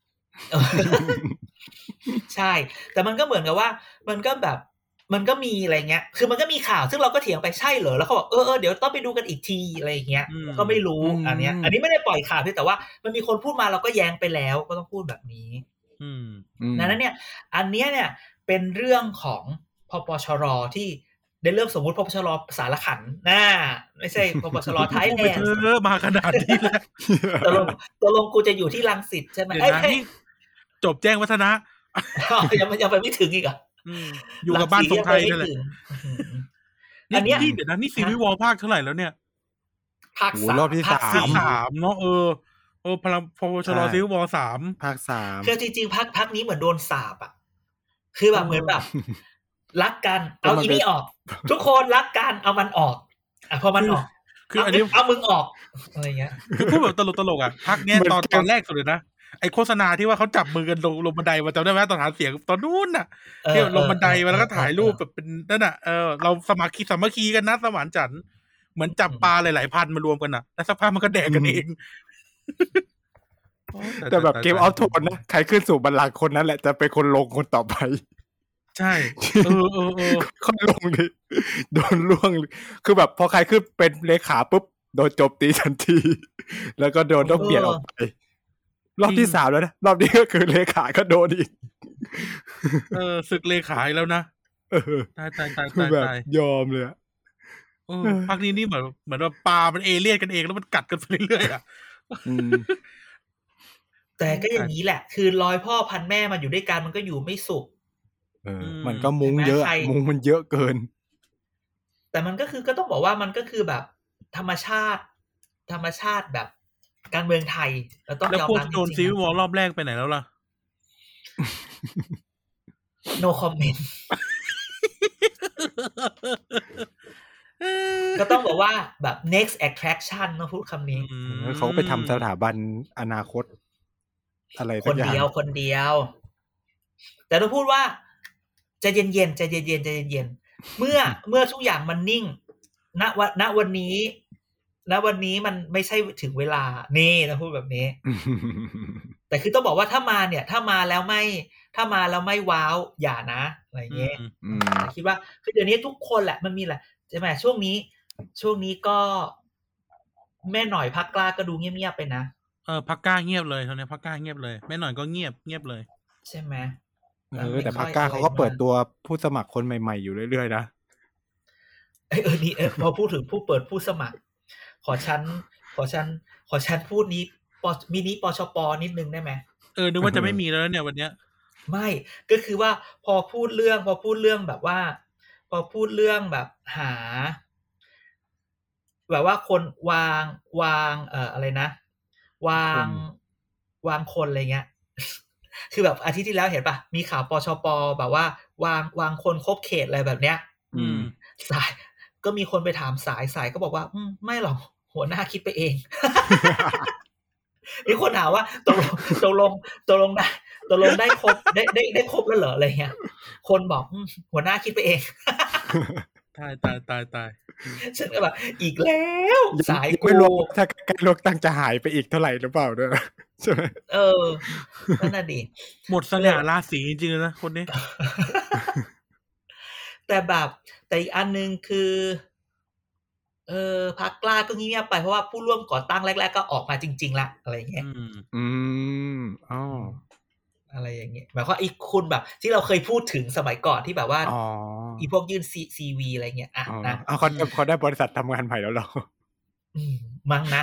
ใช่แต่มันก็เหมือนกับว่ามันก็แบบมันก็มีอะไรเงี้ยคือมันก็มีข่าวซึ่งเราก็เถียงไปใช่เหรอแล้วเขาบอกเออเออเดี๋ยวต้องไปดูกันอีกทีอะไรอย่างเงี้ยก็ไม่รู้อันเนี้ยอันนี้ไม่ได้ปล่อยข่าวแต่ว่ามันมีคนพูดมาเราก็แย้งไปแล้วก็ต้องพูดแบบนี้นั้นเนี่ยอันเนี้ยเนี่ยเป็นเรื่องของพปชรที่ได้เริ่มสมมุติพปชรสารขันน่าไม่ใช่พปชรไทยแลนด์เออมาขนาดนี้แล้วตกลงตกลงกูจะอยู่ที่รังสิตใช่ไหมเอ้ยจบแจ้งวัฒนะยังยังไปไม่ถึงอีกอ่ะอยู่กับบ้านทรงไทยนั่นแหละอันนี้นี่เดี๋ยวนะนี่ซีรีส์วอลภาคเท่าไหร่แล้วเนี่ยภาคสามรอบที่สามเนาะเออเออพลังพปชรซีรีส์วอลสามภาคสามคือจริงๆภาคภาคนี้เหมือนโดนสาปอ่ะคือแบบเหมือนแบบรักกันเอาอีนี่ออกทุกคนรักกันเอามันออกอ่ะพอมันออกคืออันนี้เอามึงออกอะไรเงี้ยคือพูดแบบตลกๆอ่ะภาคเนี้ยตอนตอนแรกสุดเลยนะไอโฆษณาที่ว่าเขาจับมือกันลงลงบันไดมาจำได้ไหมตอนหาเสียงตอนนู้นน่ะที่ลงบันไดมาแล้วก็ถ่ายรูปแบบเป็นนั่นน่ะเออเราสมัครคีสามัคคีกันนะสมานฉันท์เหมือนจับปลาหลายๆพันมารวมกันน่ะแล้วสักพักมันก็แดกกันเองแต่แบบเกมออฟโทนนะใครขึ้นสู่บัลลังก์คนนั้นแหละจะเป็นคนลงคนต่อไปใช่เออเออเออค่อยลงดิโดนล่วงคือแบบพอใครขึ้นเป็นเลขาปุ๊บโดนโจมตีทันทีแล้วก็โดนต้องเปลี่ยนออกไปรอบที่สามแล้วนะรอบนี้ก็คือเลขาก็โดนอีกเออศึกเลขาแล้วนะเออตายตายตายตายยอมเลยอ่ะเออภาคนี้นี่เหมือนเหมือนว่าปลามันเอเลี่ยนกันเองแล้วมันกัดกันไปเรื่อยๆอ่ะแต่ก็อย่างนี้แหละคือร้อยพ่อพันแม่มาอยู่ด้วยกันมันก็อยู่ไม่สุขเออมันก็มุ้งเยอะมุ้งมันเยอะเกินแต่มันก็คือก็ต้องบอกว่ามันก็คือแบบธรรมชาติธรรมชาติแบบการเมืองไทยเราต้องยอมรับจริงๆแล้วพวกโดนซีวิวอร์รอบแรกไปไหนแล้วล่ะ no comment ก็ต้องบอกว่าแบบ next attraction นะพูดคำนี้เขาไปทำสถาบันอนาคตอะไรสักอย่างคนเดียวคนเดียวแต่ต้องพูดว่าใจเย็นๆใจเย็นๆใจเย็นๆเมื่อเมื่อทุกอย่างมันนิ่งณวันณวันนี้ณวันนี้มันไม่ใช่ถึงเวลานี่นะพูดแบบนี้ แต่คือต้องบอกว่าถ้ามาเนี่ยถ้ามาแล้วไม่ถ้ามาแล้วไม่ว้าวอย่านะอะไรเงี้ยคิดว่าคือเดี๋ยวนี้ทุกคนแหละมันมีแหละใช่ไหมช่วงนี้ช่วงนี้ก็แม่หน่อยพักกล้าก็ดูเงียบๆไปนะเออพักกล้าเงียบเลยตอนนี้พักกล้าเงียบเลยแม่หน่อยก็เงียบเงียบเลยใช่ไหมเออแต่พักกล้าเขาก็เปิดตัวผู้สมัครคนใหม่ๆอยู่เรื่อยๆนะเออเออนี่เออพอพูดถึงผู้เปิดผู้สมัครขอชั้นขอชั้นขอชั้นพูดนี้ปมินิปชปนิดนึงได้ไหมเออนึกว่าจะไม่มีแล้วเนี่ยวันเนี้ยไม่ก็คือว่าพอพูดเรื่องพอพูดเรื่องแบบว่าพอพูดเรื่องแบบหาแบบว่าคนวางวางเอ่ออะไรนะวางวางคนอะไรเงี้ยคือแบบอาทิตย์ที่แล้วเห็นป่ะมีข่าวปชปแบบว่าวางวางคนครบเขตอะไรแบบเนี้ยอืมสายก็มีคนไปถามสายสายก็บอกว่าอืมไม่หรอกหัวหน้าคิดไปเองมีคนถามว่าตกลงตกลงตกลงได้ตกลงได้ครบได้ได้ได้ครบแล้วเหรออะไรเงี้ยคนบอกหัวหน้าคิดไปเองตายตายตายตายฉันก็แบบอีกแล้วสายกูไม่รู้ถ้าใกล้เลือกตั้งจะหายไปอีกเท่าไหร่หรือเปล่าด้วยใช่ไหมเออนั่นน่ะดิหมดสง่าราศีจริงๆนะคนนี้แต่แบบแต่อีกอันนึงคือเออพรรคกล้าก็เงียบไปเพราะว่าผู้ร่วมก่อตั้งแรกๆก็ออกมาจริงๆละอะไรเงี้ยอืมอ๋ออะไรอย่างเงี้ยหมายความว่าอีกคุณแบบที่เราเคยพูดถึงสมัยก่อนที่แบบว่าอ๋ออีพวกยื่น ซี วี อะไรเงี้ยอ่ะนะอ๋อเขาเขาได้บริษัททำงานใหม่แล้วเหรออืมมั้งนะ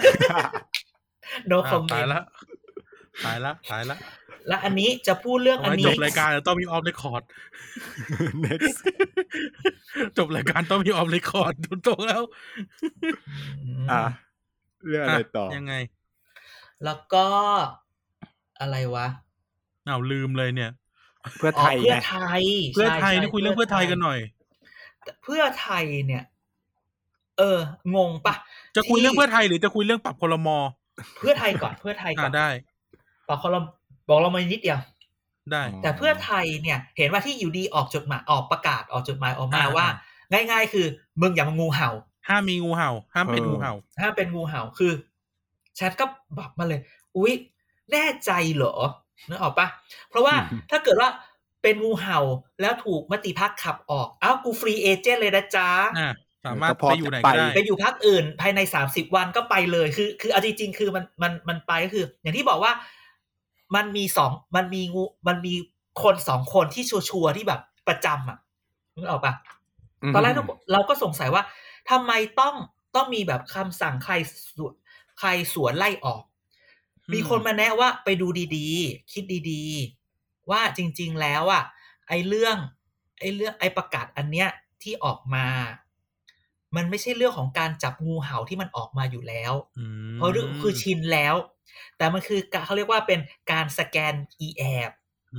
no comment ตายละตายละตายละแล้วอันนี้จะพูดเรื่องอันนี้จบรายการต้องมีออฟเรคคอร์ด next จบรายการต้องมีออฟเรคคอร์ดถูกต้องแล้วอ่ะเรื่องอะไรต่อยังไงแล้วก็อะไรวะอ้าวลืมเลยเนี่ยเพื่อไทยเพื่อไทยเพื่อไทยนี่คุยเรื่องเพื่อไทยกันหน่อยเพื่อไทยเนี่ยเอองงปะจะคุยเรื่องเพื่อไทยหรือจะคุยเรื่องปรับครม. เพื่อไทยก่อนเพื่อไทยก่อนได้ปรับครม.บอกเรามานิดเดียวได้แต่เพื่อไทยเนี่ยเห็นว่าที่อยู่ดีออกจดหมายออกประกาศออกจดหมายออกมาว่าง่ายๆคือมึงอย่ามางูเห่าห้ามมีงูเห่าห้ามเป็นงูเห่าห้ามเป็นงูเห่าคือฉันก็บอกมาเลยอุ๊ยแน่ใจเหรอนึกออกปะเพราะว่าถ้าเกิดว่าเป็นงูเห่าแล้วถูกมติพรรคขับออกอ้าวกูฟรีเอเจนต์เลยนะจ๊ะสามารถไปอยู่ไหนก็ได้ไปอยู่พรรคอื่นภายในสามสิบวันก็ไปเลยคือคือเอาจริงๆคือมันมันมันไปก็คืออย่างที่บอกว่ามันมีสองมันมีงูมันมีคนสองคนที่ชัวร์ๆที่แบบประจำอ่ะนึกออกปะตอนแรกเราก็สงสัยว่าทำไมต้องต้องมีแบบคำสั่งใครใครสวนไล่ออกมีคนมาแนะว่าไปดูดีๆคิดดีๆว่าจริงๆแล้วอ่ะไอ้เรื่องไอ้เรื่องไอ้ประกาศอันเนี้ยที่ออกมามันไม่ใช่เรื่องของการจับงูเห่าที่มันออกมาอยู่แล้วเพราะคือชินแล้วแต่มันคือเขาเรียกว่าเป็นการสแกน e-app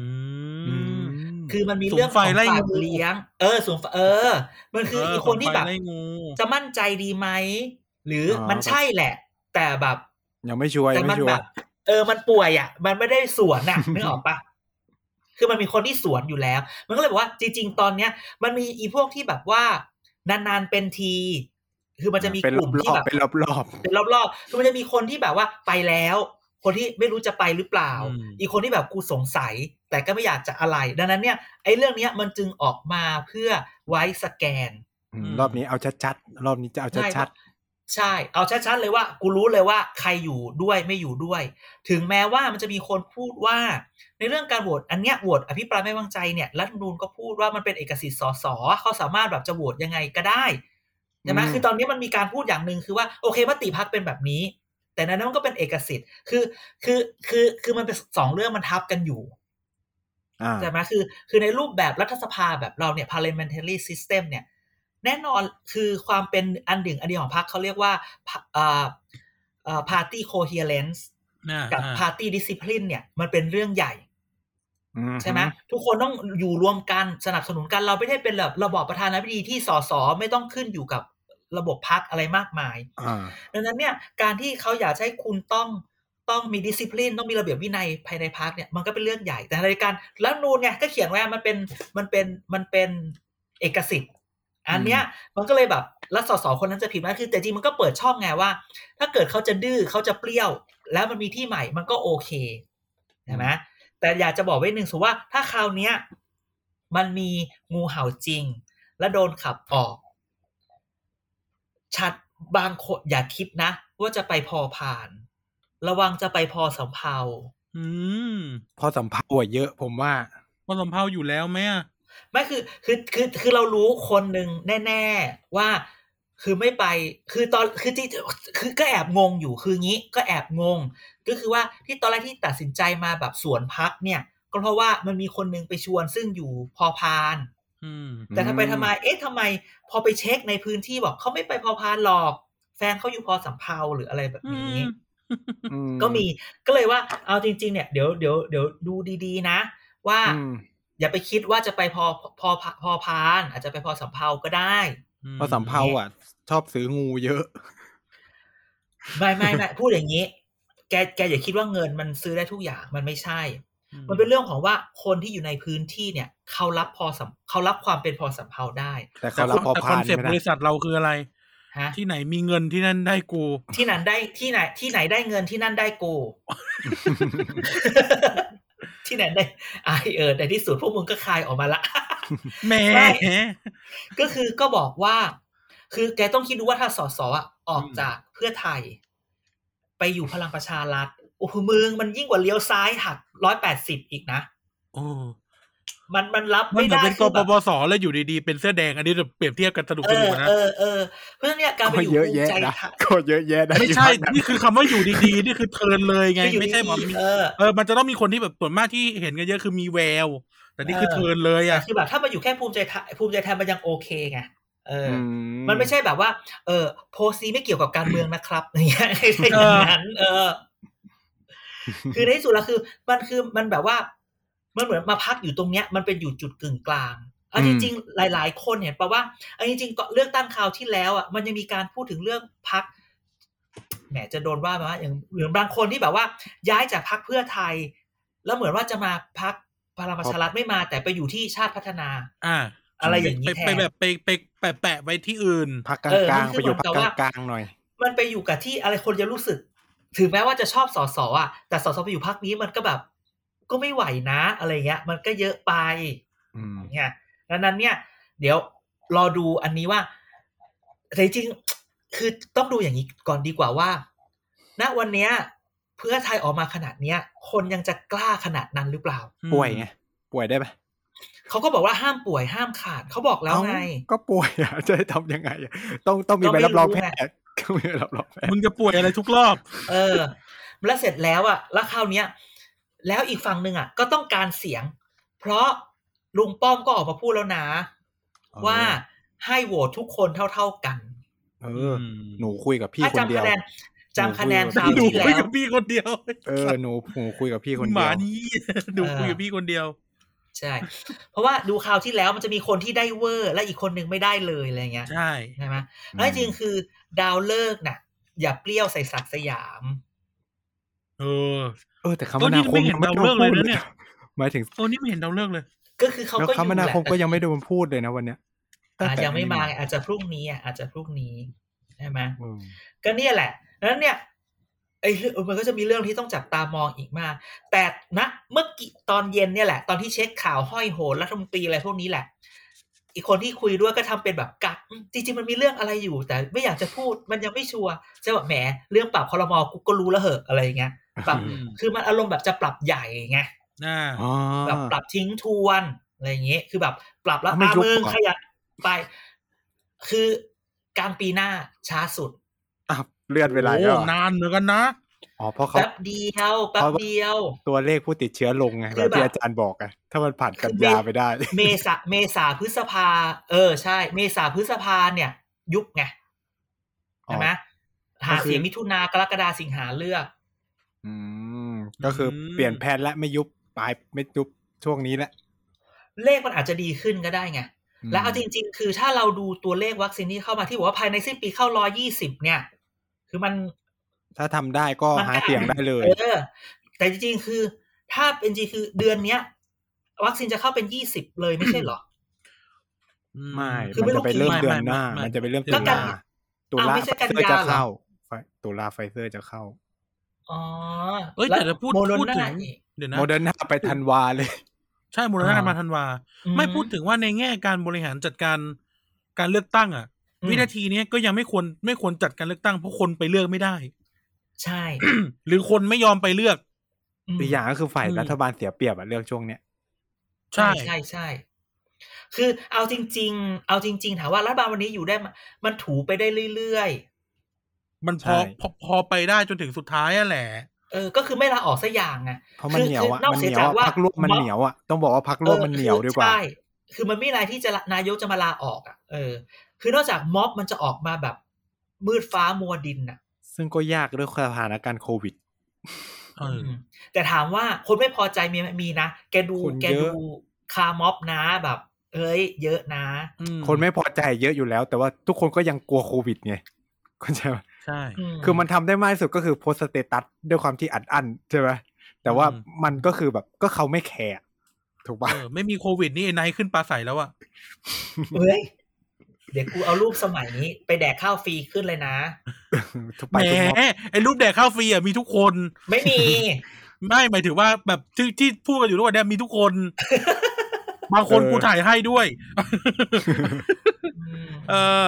คือมันมีเรื่องของสัตว์เลี้ยงเออสูงเออมันคืออีกคนที่แบบจะมั่นใจดีไหมหรือมันใช่แหละแต่แบบยังไม่ชัวร์ยังไม่ชัวร์เออมันป่วยอ่ะมันไม่ได้สวนน่ะนึกออกปะคือมันมีคนที่สวนอยู่แล้วมันก็เลยบอกว่าจริงๆตอนเนี้ยมันมีอีพวกที่แบบว่านานๆเป็นทีคือมันจะมีกลุ่มที่แบบเป็นรอบๆเป็นรอบๆคือมันจะมีคนที่แบบว่าไปแล้วคนที่ไม่รู้จะไปหรือเปล่าอีกคนที่แบบกูสงสัยแต่ก็ไม่อยากจะอะไรดังนั้นเนี่ยไอ้เรื่องนี้มันจึงออกมาเพื่อไว้สแกนรอบนี้เอาชัดๆรอบนี้จะเอาชัดๆใช่เอาชัดๆเลยว่ากูรู้เลยว่าใครอยู่ด้วยไม่อยู่ด้วยถึงแม้ว่ามันจะมีคนพูดว่าในเรื่องการโหวตอันเนี้ยโหวตอภิปรายไม่ไว้วางใจเนี่ยรัฐธรรมนูญก็พูดว่ามันเป็นเอกสิทธิ์สสเขาสามารถแบบจะโหวตยังไงก็ได้ใช่ไหมคือตอนนี้มันมีการพูดอย่างนึงคือว่าโอเคมติพรรคเป็นแบบนี้แต่นั้นมันก็เป็นเอกสิทธิ์คือคือคือคือมันเป็นสองเรื่องมันทับกันอยู่ใช่ไหมคือคือในรูปแบบรัฐสภาแบบเราเนี่ย parliamentary system เนี่ยแน่นอนคือความเป็นอันหนึ่งอันเดียวของพรรคเขาเรียกว่าอ่าอ่า party coherence กับ party discipline เนี่ยมันเป็นเรื่องใหญ่ใช่ไหมทุกคนต้องอยู่รวมกันสนับสนุนกันเราไม่ได้เป็นแบบระบอบประธานาธิบดีที่สสไม่ต้องขึ้นอยู่กับระบบพรรคอะไรมากมายดังนั้นเนี่ยการที่เขาอยากให้คุณต้องต้องมีดิสซิปลินต้องมีระเบียบวินัยภายในพรรคเนี่ยมันก็เป็นเรื่องใหญ่แต่ในการรัฐธรรมนูญเนี่ยก็เขียนไว้มันเป็นมันเป็นมันเป็นเอกสิทธิ์อันเนี้ยมันก็เลยแบบรัฐสสคนนั้นจะผิดไหมคือแต่จริงมันก็เปิดช่องไงว่าถ้าเกิดเขาจะดื้อเขาจะเปรี้ยวแล้วมันมีที่ใหม่มันก็โอเคใช่ไหมแต่อยากจะบอกไว้หนึ่งสมมุติว่าถ้าคราวนี้มันมีงูเห่าจริงและโดนขับออกชัดบางคนอย่าคิดนะว่าจะไปพอผ่านระวังจะไปพอสำเภาอืมพอสำเภาเยอะผมว่าพอสำเภาอยู่แล้วไหมอ่ะไม่คือคือคือคือเรารู้คนหนึ่งแน่ๆว่าคือไม่ไปคือตอนคือที่คือก็แอบงงอยู่คืองี้ก็แอบงงก็คือว่าที่ตอนแรกที่ตัดสินใจมาแบบสวนพักเนี่ยก็เพราะว่ามันมีคนนึงไปชวนซึ่งอยู่พอพานแต่ทำไปทำไมเอ๊ะทำไมพอไปเช็คในพื้นที่บอกเขาไม่ไปพอพานหรอกแฟนเขาอยู่พอสำเภาหรืออะไรแบบนี้ก็มีก็เลยว่าเอาจริงๆเนี่ยเดี๋ยวเดี๋ยวเดี๋ยวดูดีๆนะว่าอย่าไปคิดว่าจะไปพอพอพอพานอาจจะไปพอสำเภาก็ได้พอสำเภาอ่ะชอบซื้องูเยอะไม่ไม่ไม่พูดอย่างนี้แกแกอย่าคิดว่าเงินมันซื้อได้ทุกอย่างมันไม่ใช่มันเป็นเรื่องของว่าคนที่อยู่ในพื้นที่เนี่ยเขารับพอเขารับความเป็นพอสำเภาได้แต่เขารับพอพานคอนเซ็ปต์บริษัทเราคืออะไรที่ไหนมีเงินที่นั่นได้กูที่นั่นได้ที่ไหนที่ไหนได้เงินที่นั่นได้กูที่ไหนได้ไอเออแต่ที่สุดพวกมึงก็คายออกมาละแหมก็คือก็บอกว่าคือแกต้องคิดดูว่าถ้าสสอ่ะออกจากเพื่อไทยไปอยู่พลังประชารัฐโอ้โหมึงมันยิ่งกว่าเลี้ยวซ้ายหักหนึ่งร้อยแปดสิบอีกนะโอ้มันมันรับไม่ได้เป็นกปปสแล้วอยู่ดีๆเป็นเสื้อแดงอันนี้จะเปรียบเทียบกันสนุกๆนะเออเออเพราะฉะนั้นเนี่ยการไปอยู่ภูมิใจไทยก็เยอะแยะนะไม่ใช่นี่คือคำว่าอยู่ดีๆนี่คือเทิร์นเลยไงไม่ใช่แบบเออมันจะต้องมีคนที่แบบส่วนมากที่เห็นกันเยอะคือมีแววแต่นี่คือเทิร์นเลยอ่ะคือแบบถ้ามาอยู่แค่ภูมิใจไทยภูมิใจไทยมันยังโอเคไงเออมันไม่ใช่แบบว่าเออโพสต์นี้ไม่เกี่ยวกับการเมืองนะครับอย่างเงี้ยอย่างนั้นเออคือในที่สุดแล้วคือมันคือมันแบบว่ามันเหมือนมาพักอยู่ตรงเนี้ยมันเป็นอยู่จุดกึ่งกลางอ่ะจริงๆหลายๆคนเห็นป่ะว่าอ่ะจริงๆเลือกตั้งคราวที่แล้วอ่ะมันยังมีการพูดถึงเรื่องพรรคแหมจะโดนว่ามั้ยอย่างเหมือนบางคนที่แบบว่าย้ายจากพรรคเพื่อไทยแล้วเหมือนว่าจะมาพรรคพลังประชารัฐไม่มาแต่ไปอยู่ที่ชาติพัฒนาอ่าอะไรอย่างนี้แทนไปแบบไปไปแปะๆไว้ที่อื่นพรรคกลางๆไปอยู่พรรคกลางๆหน่อยมันไปอยู่กับที่อะไรคนจะรู้สึกถึงแม้ว่าจะชอบสสอ่ะแต่สสไปอยู่พรรคนี้มันก็แบบก็ไม่ไหวนะอะไรเงี้ยมันก็เยอะไปเนี่ยดังนั้นเนี่ยเดี๋ยวรอดูอันนี้ว่าแต่จริงคือต้องดูอย่างนี้ก่อนดีกว่าว่าณวันเนี้ยเพื่อไทยออกมาขนาดเนี้ยคนยังจะกล้าขนาดนั้นหรือเปล่าป่วยไงป่วยได้ไหมเขาก็บอกว่าห้ามป่วยห้ามขาดเขาบอกแล้วไงก็ป่วยอ่ะจะทำยังไงต้องต้องมีใบรับรองแพทย์ต้องมีใบรับรองแพทย์มึงจะป่วยอะไรทุกรอบเออแล้วเสร็จแล้วอ่ะแล้วคราวเนี้ยแล้วอีกฝั่งนึงอ่ะก็ต้องการเสียงเพราะลุงป้อมก็ออกมาพูดแล้วนะว่าให้โหวตทุกคนเท่าๆกันเออหนูคุยกับพี่คนเดียวจำคะแนนคราวที่แล้วคุยกับพี่คนเดียวเออหนูหนูคุยกับพี่คนเดียวหมานี้ดูคุยกับพี่คนเดียวใช่เพราะว่าดูคราวที่แล้วมันจะมีคนที่ได้เวอร์และอีกคนนึงไม่ได้เลยอะไรเงี้ยใช่ใช่ไหมแล้วจริงคือดาวเลิกน่ะอย่าเปรี้ยวใส่ศักดิ์สยามเออเออแต่คมนาคมไม่เห็นดาวเลิกเลยนะเนี่ยหมายถึงโอ้นี่ไม่เห็นดาวเลิกเลยก็คือเขาก็อยู่คมนาคมก็ยังไม่โดนพูดเลยนะวันเนี้ยอาจจะไม่มาอาจจะพรุ่งนี้อ่ะอาจจะพรุ่งนี้ใช่ไหมก็เนี่ยแหละนั้นเนี่ยไอ้มันก็จะมีเรื่องที่ต้องจับตามองอีกมากแต่นะเมื่อกี้ตอนเย็นเนี่ยแหละตอนที่เช็คข่าวห้อยโหนรัฐมนตรีอะไรพวกนี้แหละอีกคนที่คุยด้วยก็ทำเป็นแบบกักจริงๆมันมีเรื่องอะไรอยู่แต่ไม่อยากจะพูดมันยังไม่ชัวร์จะแบบแหมเรื่องปรับครม.กูก็รู้แล้วเหอะอะไรอย่างเงี้ยปรับคือมันอารมณ์แบบจะปรับใหญ่ไงแบบปรับทิ้งทวนอะไรอย่างเงี้ยคือแบบปรับแล้วอาเมืองขยับไปคือกลางปีหน้าช้าสุดอ่ะเลื่อนเวลาก็นานเหมือนกันนะอ๋อเพราะเขาแป๊บเดียวแป๊บเดียวตัวเลขผู้ติดเชื้อลงไงแบบที่อาจารย์บอกไงถ้ามันผ่านกันยาไปได้เมษาเมษาพฤษภาเออใช่เมษาพฤษภาเนี่ยยุบไงใช่ไหมหาเสียงมิถุนากรกฎาสิงหาเลือกอืมก็คือเปลี่ยนแผนและไม่ยุบปลายไม่ยุบช่วงนี้แหละเลขมันอาจจะดีขึ้นก็ได้ไงแล้วเอาจริงๆคือถ้าเราดูตัวเลขวัคซีนที่เข้ามาที่บอกว่าภายในสิ้นปีเข้าหนึ่งร้อยยี่สิบเนี่ยคือมันถ้าทำได้ก็หาเสียงได้เลยเออแต่จริงๆคือถ้าเป็นจริงคือเดือนเนี้ยวัคซีนจะเข้าเป็นยี่สิบเลยไม่ใช่เหรอไม่คือมันจะไปเริ่มเดือนหน้ามันจะไปเริ่มตุลาตุลาไฟเซอร์จะเข้าตุลาไฟเซอร์จะเข้าอ๋อเอ้ยแต่จะพูดพูดถึงเดี๋ยวนะโมเดอร์นาไปธันวาเลยใช่โมเดอร์นามาธันวาไม่พูดถึงว่าในแง่การบริหารจัดการการเลือกตั้งอ่ะวินาทีนี้ก็ยังไม่ควรไม่ควรจัดการเลือกตั้งเพราะคนไปเลือกไม่ได้ใช่หรือคนไม่ยอมไปเลือกอีกอย่างก็คือฝ่ายรัฐบาลเสียเปรียบอ่ะเรื่องช่วงเนี้ยใช่ใช่ใช่คือเอาจริงๆเอาจริงๆถามว่ารัฐบาลวันนี้อยู่ได้มันถูไปได้เรื่อยๆมันพอพอพอไปได้จนถึงสุดท้ายอ่ะแหละเออก็คือไม่ลาออกสักอย่างไงเพราะมันเหนียวอ่ะมันเหนียวพรรคร่วมมันเหนียวอ่ะต้องบอกว่าพรรคร่วมมันเหนียวดีกว่าใช่คือมันไม่ไรที่จะนายกจะมาลาออกอ่ะเออคือนอกจากม็อบมันจะออกมาแบบมืดฟ้ามัวดินอ่ะซึ่งก็ยากด้วยสถานการณ์โควิดเออแต่ถามว่าคนไม่พอใจมีมีนะแกดูแกดูคาม็อบนะแบบเอ้ยเยอะนะคนไม่พอใจเยอะอยู่แล้วแต่ว่าทุกคนก็ยังกลัวโควิดไงเข้าใจป่ะใช่คือมันทำได้มากที่สุดก็คือโพสต์สเตตัสด้วยความที่อัดอั้นใช่ไหมแต่ว่ามันก็คือแบบก็เขาไม่แคร์ถูกป่ะไม่มีโควิดนี่ไอ้ไนท์ขึ้นปลาใสแล้วอะเฮ้ยเดี๋ยวกูเอารูปสมัยนี้ไปแดกข้าวฟรีขึ้นเลยนะแหมไอ้รูปแดกข้าวฟรีอ่ะมีทุกคนไม่มีไม่หมายถึงว่าแบบที่ที่พูดกันอยู่ทุกวันนี้มีทุกคนบางคนกูถ่ายให้ด้วยเออ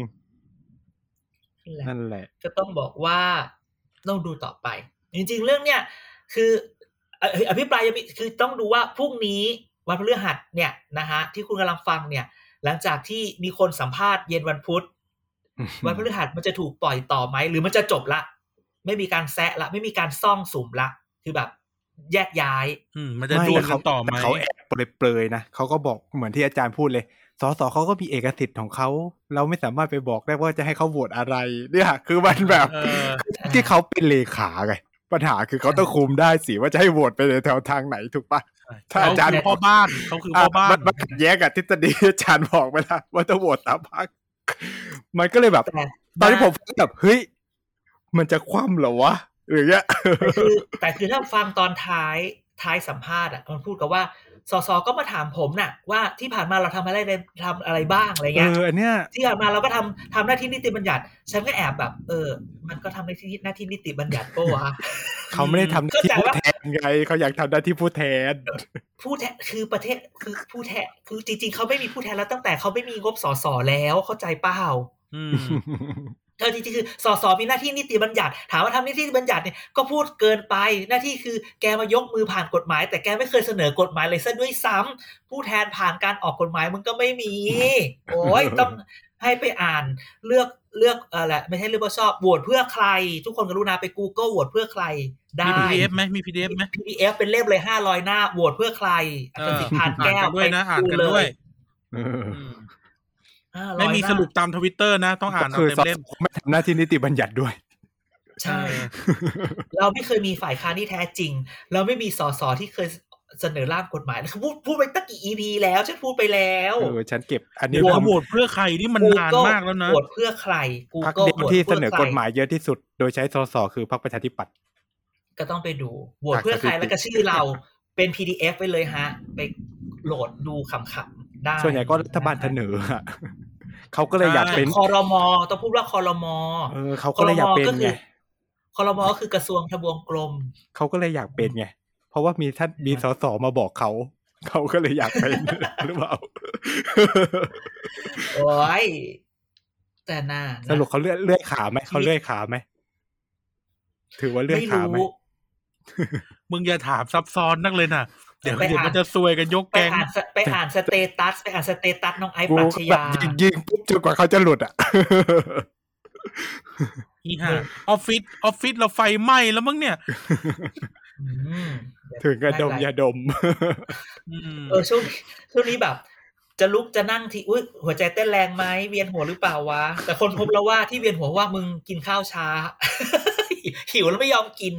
นั่นแหละก็ต้องบอกว่าต้องดูต่อไปจริงๆเรื่องเนี้ยคืออภิปรายคือต้องดูว่าพรุ่งนี้วันพฤหัสเนี่ยนะฮะที่คุณกำลังฟังเนี่ยหลังจากที่มีคนสัมภาษณ์เย็นวันพุธวันพฤหัสมันจะถูกปล่อยต่อไหมหรือมันจะจบละไม่มีการแซะละไม่มีการซ่องสุ่มละคือแบบแยกย้ายมันจะดูกันต่อไหมเขาแอบเปรยๆนะเขาก็บอกเหมือนที่อาจารย์พูดเลยสสเขาก็มีเอกสิทธิ์ของเขาเราไม่สามารถไปบอกได้ว่าจะให้เขาโหวตอะไรเนี่ยคือมันแบบที่เขาเป็นเลขาไงปัญหาคือเขาต้องคุมได้สิว่าจะให้โหวตไปในแถวทางไหนถูกปะถ้าอาจารย์พ่อบ้านเขาคือพ่อบ้านมันขัดแย้งกับทฤษฎีอาจารย์บอกไปแล้วว่าต้องโหวตตามพรรคมันก็เลยแบบตอนที่ผมแบบเฮ้ยมันจะคว่ำเหรอวะหรือเงี้ยคือแต่คือถ้าฟังตอนท้ายท้ายสัมภาษณ์อ่ะมันพูดกับว่าสสก็มาถามผมน่ะว่าที่ผ่านมาเราทำอะไรทำอะไรบ้างอะไรเงี้ยเอออันเนี้ยที่ผ่านมาเราก็ทำทำหน้าที่นิติบัญญัติฉันก็แอบแบบเออมันก็ทำหน้าที่หน้าที่นิติบัญญัติโป้ฮะเขาไม่ได้ทำหน้าที่ผู้แทนไงเขาอยากทำหน้าที่ผู้แทนผู้แทนคือประเทศคือผู้แทนคือจริงๆเขาไม่มีผู้แทนแล้วตั้งแต่เขาไม่มีงบสสแล้วเข้าใจเปล่าเออจริงๆคือสสมีหน้าที่นิติบัญญัติถามว่าทำนิติบัญญัติเนี่ยก็พูดเกินไปหน้าที่คือแกมายกมือผ่านกฎหมายแต่แกไม่เคยเสนอกฎหมายเลยซะด้วยซ้ำผู้แทนผ่านการออกกฎหมายมึงก็ไม่มีโอ้ยต้องให้ไปอ่านเลือกเลือกอะไรไม่ใช่เลือกว่าชอบโหวตเพื่อใครทุกคนกรุณาไป Google โหวตเพื่อใครได้มี พี ดี เอฟ มั้ยมี พี ดี เอฟ มั้ยพี ดี เอฟ เป็นเล่มเลยห้าร้อยหน้าโหวตเพื่อใครอาจารย์สิทธิ์ผ่านแก้วไปนะอ่านกันด้วยไม่มีสรุปตาม Twitter นะต้องอ่านเอาเต็มๆไม่ทำหน้าที่นิติบัญญัติด้วยใช่เราไม่เคยมีฝ่ายค้านที่แท้จริงเราไม่มีสสที่เคยเสนอร่างกฎหมายคือพูดพูดไปตั้งกี่ อี พี แล้วฉันพูดไปแล้วเออฉันเก็บอันนี้โหวตเพื่อใครนี่มันนานมากแล้วนะโหวตเพื่อใคร Google โหวตที่เสนอกฎหมายเยอะที่สุดโดยใช้สสคือพรรคประชาธิปัตย์ก็ต้องไปดูโหวตเพื่อใครแล้วก็ชื่อเราเป็น พี ดี เอฟ ไว้เลยฮะไปโหลดดูขำๆได้ส่วนใหญ่ก็รัฐบาลเสนออ่ะเขาก็เลยอยากเป็นครม.ต้องพูดว่าครม. เออเขาก็เลยอยากเป็นไงครม.ก็คือกระทรวงทบวงกรมเขาก็เลยอยากเป็นไงเพราะว่ามีท่านมีสสมาบอกเขาเขาก็เลยอยากเป็นหรือเปล่าโอ้ยแต่น่าสรุปเขาเลื่อยเลื่อยขาไหมเขาเลื่อยขาไหมถือว่าเลื่อยขาไหมมึงอย่าถามซับซ้อนนักเลยนะเดี๋ยวเดี๋ยวมันจะซวยกันยกแก๊งไปอ่านสเตตัสไปอ่านสเตตัสน้องไอซ์ปรัชญายิงปุ๊บจนกว่าเขาจะหลุดอ่ะอีห่าออฟฟิศออฟฟิศเราไฟไหม้แล้วมั้งเนี่ยถึงกระดมยาดมเออช่วงช่วงนี้แบบจะลุกจะนั่งทีอุ๊ยหัวใจเต้นแรงไหมเวียนหัวหรือเปล่าวะแต่คนพบแล้วว่าที่เวียนหัวว่ามึงกินข้าวช้า หิวแล้วไม่ยอมกิน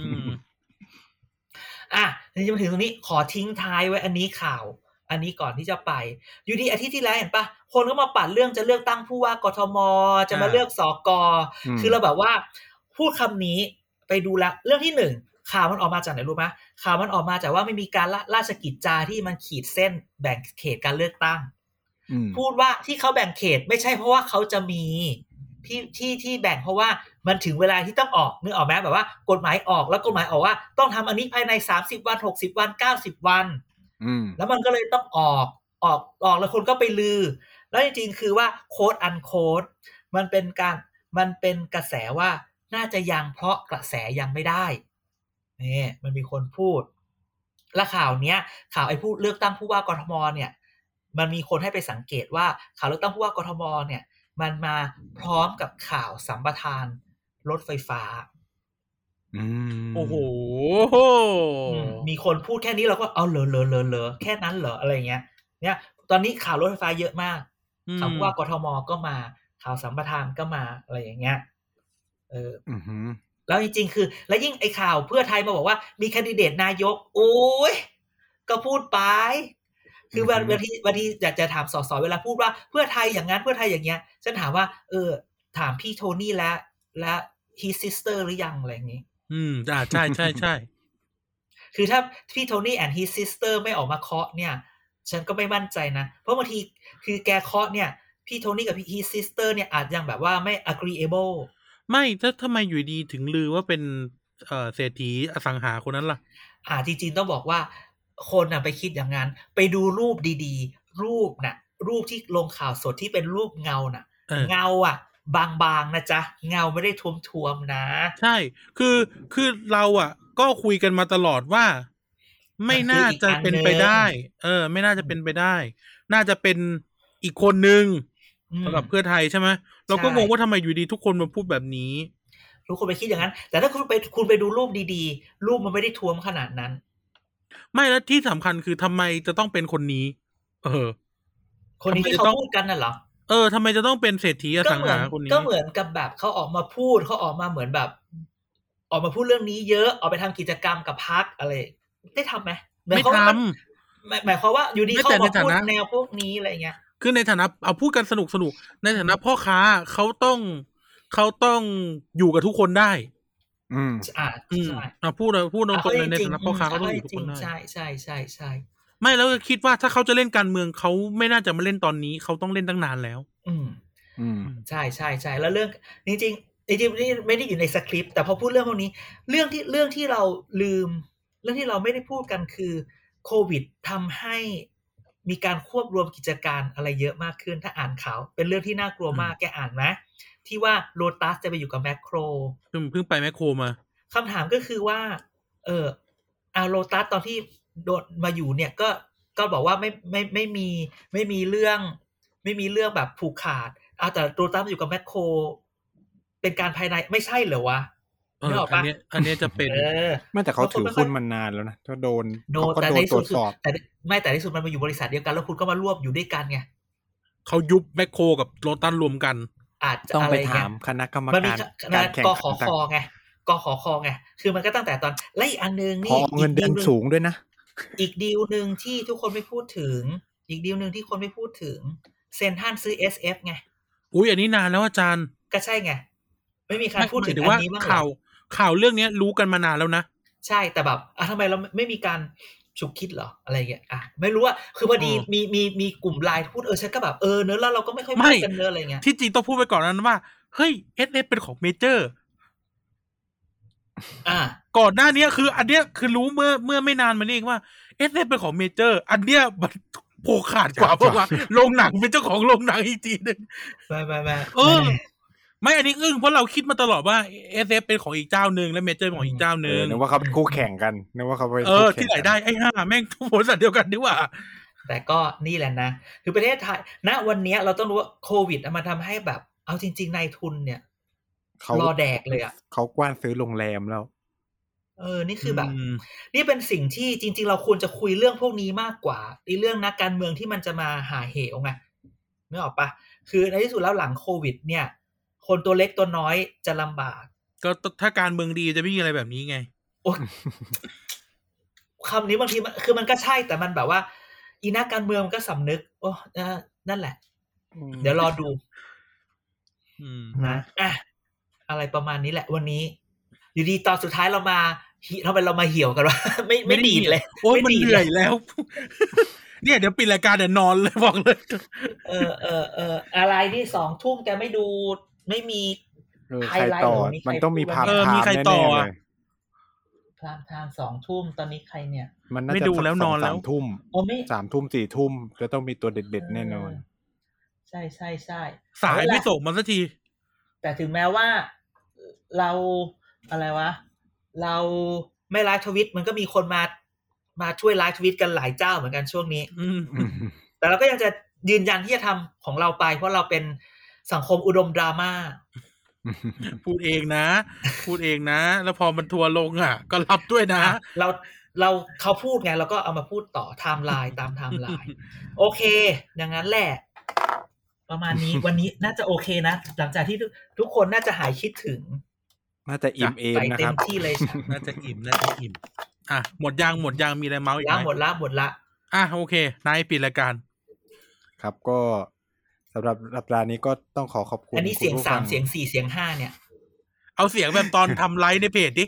อ่ะทีนี้มาถึงตรงนี้ขอทิ้งท้ายไว้อันนี้ข่าวอันนี้ก่อนที่จะไปอยู่ดีอาทิตย์ที่แล้วเห็นปะคนก็มาปั่นเรื่องจะเลือกตั้งผู้ว่ากทมจะมาเลือกสกคือเราแบบว่าพูดคำนี้ไปดูแล้วเรื่องที่หนึ่งข่าวมันออกมาจากไหนรู้ไหมข่าวมันออกมาจากว่าไม่มีการราชกิจจาที่มันขีดเส้นแบ่งเขตการเลือกตั้งพูดว่าที่เขาแบ่งเขตไม่ใช่เพราะว่าเขาจะมีที่ที่ที่แบ่งเพราะว่ามันถึงเวลาที่ต้องออกนึกออกไหมแบบว่ากฎหมายออกแล้วกฎหมายออกว่าต้องทำอันนี้ภายในสามสิบวันหกสิบวันเก้าสิบวันแล้วมันก็เลยต้องออกออกออกแล้วคนก็ไปลือแล้วจริงๆคือว่าโค้ดอันโค้ดมันเป็นการมันเป็นกระแสว่าน่าจะยังเพราะกระแสยังไม่ได้นี่มันมีคนพูดและข่าวเนี้ยข่าวไอ้ผู้เลือกตั้งผู้ว่ากทมเนี่ยมันมีคนให้ไปสังเกตว่าข่าวเลือกตั้งผู้ว่ากทมเนี่ยมันมาพร้อมกับข่าวสัมปทานรถไฟฟ้าโอ้โหมีคนพูดแค่นี้เราก็เอาเหรอเหรอเหรอเหรอแค่นั้นเหรออะไรเงี้ยเนี่ยตอนนี้ข่าวรถไฟฟ้าเยอะมากข่าวผู้ว่ากทมก็มาข่าวสัมปทานก็มาอะไรอย่างเงี้ยเออแล้วจริงๆคือแล้วยิ่งไอ้ข่าวเพื่อไทยมาบอกว่ามีแคนดิเดตนายกโอ้ยก็พูดไปคือวันวันที่วันที่อยากจะถามสสเวลาพูดว่าเพื่อไทยอย่างนั้นเพื่อไทยอย่างเงี้ยฉันถามว่าเออถามพี่โทนี่และและ his sister หรือยังอะไรอย่างงี้อืมอ่าใช่ใช่ใช่คือถ้าพี่โทนี่ and his sister ไม่ออกมาเคาะเนี่ยฉันก็ไม่มั่นใจนะเพราะบางทีคือแกเคาะเนี่ยพี่โทนี่กับพี่ his sister เนี่ยอาจยังแบบว่าไม่ agreeable ไม่ถ้าทำไมอยู่ดีถึงลือว่าเป็นเอ่อเศรษฐีอสังหาคนนั้นล่ะอ่าจริงๆต้องบอกว่าคนน่ะไปคิดอย่างนั้นไปดูรูปดีๆรูปน่ะรูปที่ลงข่าวสดที่เป็นรูปเงาน่ะเงาอ่ะบางๆนะจ๊ะเงาไม่ได้ท่วมๆนะใช่คือคือเราอ่ะก็คุยกันมาตลอดว่าไม่น่าจะเป็นไปได้เออไม่น่าจะเป็นไปได้น่าจะเป็นอีกคนนึงสำหรับเพื่อไทยใช่ไหมเราก็งงว่าทำไมอยู่ดีทุกคนมาพูดแบบนี้ทุกคนไปคิดอย่างนั้นแต่ถ้าคุณไปคุณไปดูรูปดีๆรูปมันไม่ได้ท่วมขนาดนั้นไม่แล้วที่สำคัญคือทำไมจะต้องเป็นคนนี้เออคนนี้ที่เขาพูดกันน่ะเหรอเออทำไมจะต้องเป็นเศรษฐีอสังหาคนนี้ก็เหมือนกับแบบเขาออกมาพูดเขาออกมาเหมือนแบบออกมาพูดเรื่องนี้เยอะออกไปทำกิจกรรมกับพรรคอะไรได้ทำไหมไม่ทำหมายความว่าอยู่ดีเขามาพูดแนวพวกนี้อะไรเงี้ยคือในฐานะเอาพูดกันสนุกสนุกในฐานะพ่อค้าเขาต้องเขาต้องอยู่กับทุกคนได้อืมอ่าใช่อ่าพูดเลยพูดตรงๆเลยในฐานะพ่อค้าเขาต้องอยู่ทุกคนได้ใช่ใช่ใช่ใช่ไม่แล้วคิดว่าถ้าเขาจะเล่นการเมืองเขาไม่น่าจะมาเล่นตอนนี้เขาต้องเล่นตั้งนานแล้วอืมอืมใช่ใช่ใช่แล้วเรื่องจริงจริงจริงนี่ไม่ได้อยู่ในสคริปต์แต่พอพูดเรื่องพวกนี้เรื่องที่เรื่องที่เราลืมเรื่องที่เราไม่ได้พูดกันคือโควิดทำให้มีการควบรวมกิจการอะไรเยอะมากขึ้นถ้าอ่านข่าวเป็นเรื่องที่น่ากลัวมากแกอ่านไหมที่ว่าโลตัสจะไปอยู่กับแมคโครเพิ่งเพิ่งไปแมคโครมาคำถามก็คือว่าเออเอาโลตัสตอนที่โดนมาอยู่เนี่ยก็ก็บอกว่าไม่ไม่ไม่มีไม่มีเรื่องไม่มีเรื่องแบบผูกขาดเอาแต่โลตัสอยู่กับแมคโครเป็นการภายในไม่ใช่เหรอวะเอออันนี้อันนี้จะเป็นไม่แต่เขาถือหุ้นมานานแล้วนะถ้าโดนเขาก็โดนตรวจสอบแต่ไม่แต่ที่สุดมันมาอยู่บริษัทเดียวกันแล้วคุณก็มารวบอยู่ด้วยกันไงเขายุบแมคโครกับโลตัสรวมกันอาจจะต้องไปถามคณะกรรมการการแข่งขันกขอไงกขคไงคือมันก็ตั้งแต่ตอนและอีกอันนึงนี่เงินเดือนสูงด้วยนะอีกดีลนึงที่ทุกคนไม่พูดถึงอีกดีลนึงที่คนไม่พูดถึงเซ็นทรัลซื้อ เอส เอฟ ไงอุ้ยอันนี้นานแล้วอาจารย์ก็ใช่ไงไม่มีใครพูดถึงอันนี้บ้างข่าวข่าวเรื่องนี้รู้กันมานานแล้วนะใช่แต่แบบอ่ะทำไมเราไม่มีการฉุกคิดเหรออะไรเงี้ยอ่ะไม่รู้ว่าคือพอดีมีมีมีกลุ่มไลน์พูดเออฉันก็แบบเออเนอะแล้วเราก็ไม่ค่อยพูดกันเนอะอะไรเงี้ยที่จริงต้องพูดไปก่อนนั้นว่าเฮ้ย เอส เอฟ เป็นของเมเจอร์อ่าก่อนหน้านี้คืออันเนี้ยคือรู้เมื่อเมื่อไม่นานมานี้เองว่า เอส เอฟ เป็นของเมเจอร์อันเนี้ยมันโผล่ขาดกว่าเพราะว่าโรงหนังเป็นเจ้าของโรงหนังอีกทีนึงไม่ไม่ไม่เออไม่อันนี้อึ้งเพราะเราคิดมาตลอดว่า เอส เอฟ เป็นของอีกเจ้านึงและเมเจอร์เป็นของอีกเจ้านึงนึกว่าเขาเป็นคู่แข่งกันนึกว่าเขาเป็นเออที่ไหนได้ไอ้ห่าแม่งบริษัทเดียวกันนี่หว่าแต่ก็นี่แหละนะคือประเทศไทยณวันนี้เราต้องรู้ว่าโควิดมันทำให้แบบเอาจริงๆนายทุนเนี่ยรอแดกเลยอ่ะเขากว้านซื้อโรงแรมแล้วเออนี่คือแบบนี่เป็นสิ่งที่จริงๆเราควรจะคุยเรื่องพวกนี้มากกว่าไอ้เรื่องนักการเมืองที่มันจะมาหาเหวไงนึกออกปะคือในที่สุดแล้วหลังโควิดเนี่ยคนตัวเล็กตัวน้อยจะลำบากก็ถ้าการเมืองดีจะไม่มีอะไรแบบนี้ไงโอ้คำนี้บางทีคือมันก็ใช่แต่มันแบบว่าอีนักการเมืองมันก็สำนึกโอ้นั่นแหละเดี๋ยวรอดูนะอ่ะอะไรประมาณนี้แหละวันนี้อยู่ดีตอนสุดท้ายเรามาทำไมเรามาเหี่ยวกันวะไม่ไม่ดีเลยโอ้ยมันเหนื่อยแล้วเนี่ยเดี๋ยวปิดรายการเดี๋ยวนอนเลยบอกเลยเออเออเอออะไรที่สองทุ่มแกไม่ดูไม่มีไฮไลท์มันต้องมีพาร์ทมีใครต่ออ่ะพาร์ทไทม์สองทุ่มตอนนี้ใครเนี่ยมันน่าจะแล้วนอนแล้วสามทุ่มสามทุ่มสี่ทุ่มจะต้องมีตัวเด็ดๆแน่นอนใช่ใช่ใช่สายไม่ส่งมาสักทีแต่ถึงแม้ว่าเราอะไรวะเราไม่ไลฟ์ทวิตมันก็มีคนมามาช่วยไลฟ์ทวิตกันหลายเจ้าเหมือนกันช่วงนี้แต่เราก็ยังจะยืนยันที่จะทำของเราไปเพราะเราเป็นสังคมอุดมดราม่าพูดเองนะพูดเองนะแล้วพอมันทัวร์ลงอ่ะก็รับด้วยนะเราเราเขาพูดไงเราก็เอามาพูดต่อไทม์ไลน์ตามไทม์ไลน์โอเคอย่างนั้นแหละประมาณนี้วันนี้น่าจะโอเคนะหลังจากที่ทุกคนน่าจะหายคิดถึงน่าจะอิ่มเอมนะครับเต็มที่เลยน่าจะอิ่มน่าจะอิ่มอ่ะหมดยางหมดยางมีอะไรเมาส์อีกไหมหมดละหมดละอ่ะโอเคนายปิดรายการครับก็สำหรับสัปดาห์นี้ก็ต้องขอขอบคุณอันนี้เสียงสามเสียงสี่เสียงห้าเนี่ยเอาเสียงแบบตอนทำไลฟ์ในเพจดิ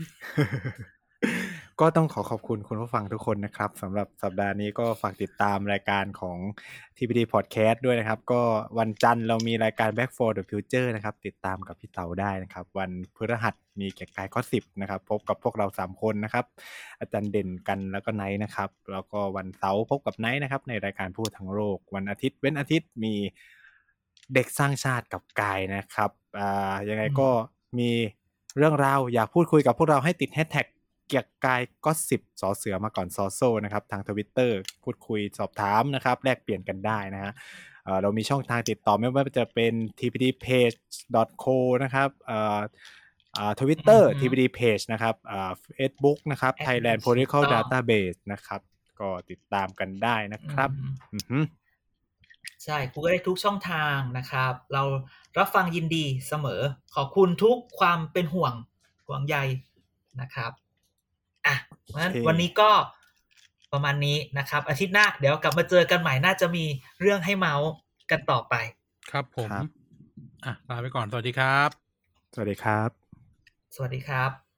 ก็ต้องขอขอบคุณคุณผู้ฟังทุกคนนะครับสำหรับสัปดาห์นี้ก็ฝากติดตามรายการของ ที พี ดี Podcast ด้วยนะครับก็วันจันทร์เรามีรายการ Back for the Future นะครับติดตามกับพี่เต๋าได้นะครับวันพฤหัสมีเกียรติกายข้อสิบนะครับพบกับพวกเราสามคนนะครับอาจารย์เด่นกันแล้วก็ไนท์นะครับแล้วก็วันเสาร์พบกับไนท์นะครับในรายการพูดทั้งโลกวันอาทิตย์เว้นอาทิตย์มีเด็กสร้างชาติกับกายนะครับอ่ายังไงก็มีเรื่องราวอยากพูดคุยกับพวกเราให้ติดแฮชแท็กเกียรติกายก็สิบสอเสือมาก่อนซอโซนะครับทาง Twitter พูดคุยสอบถามนะครับแลกเปลี่ยนกันได้นะฮะเอ่อเรามีช่องทางติดต่อไม่ว่าจะเป็น ที พี ดี เพจ ดอท โค นะครับเอ่ออ่า Twitter ที พี ดี Page นะครับอ่า Facebook นะครับ Thailand Political Database นะครับก็ติดตามกันได้นะครับอือฮึใช่คุณก็ได้ทุกช่องทางนะครับเรารับฟังยินดีเสมอขอบคุณทุกความเป็นห่วงห่วงใยนะครับอ่ะงั้นวันนี้ก็ประมาณนี้นะครับอาทิตย์หน้าเดี๋ยวกลับมาเจอกันใหม่น่าจะมีเรื่องให้เมาส์กันต่อไปครับผมอ่ะลาไปก่อนสวัสดีครับสวัสดีครับสวัสดีครับ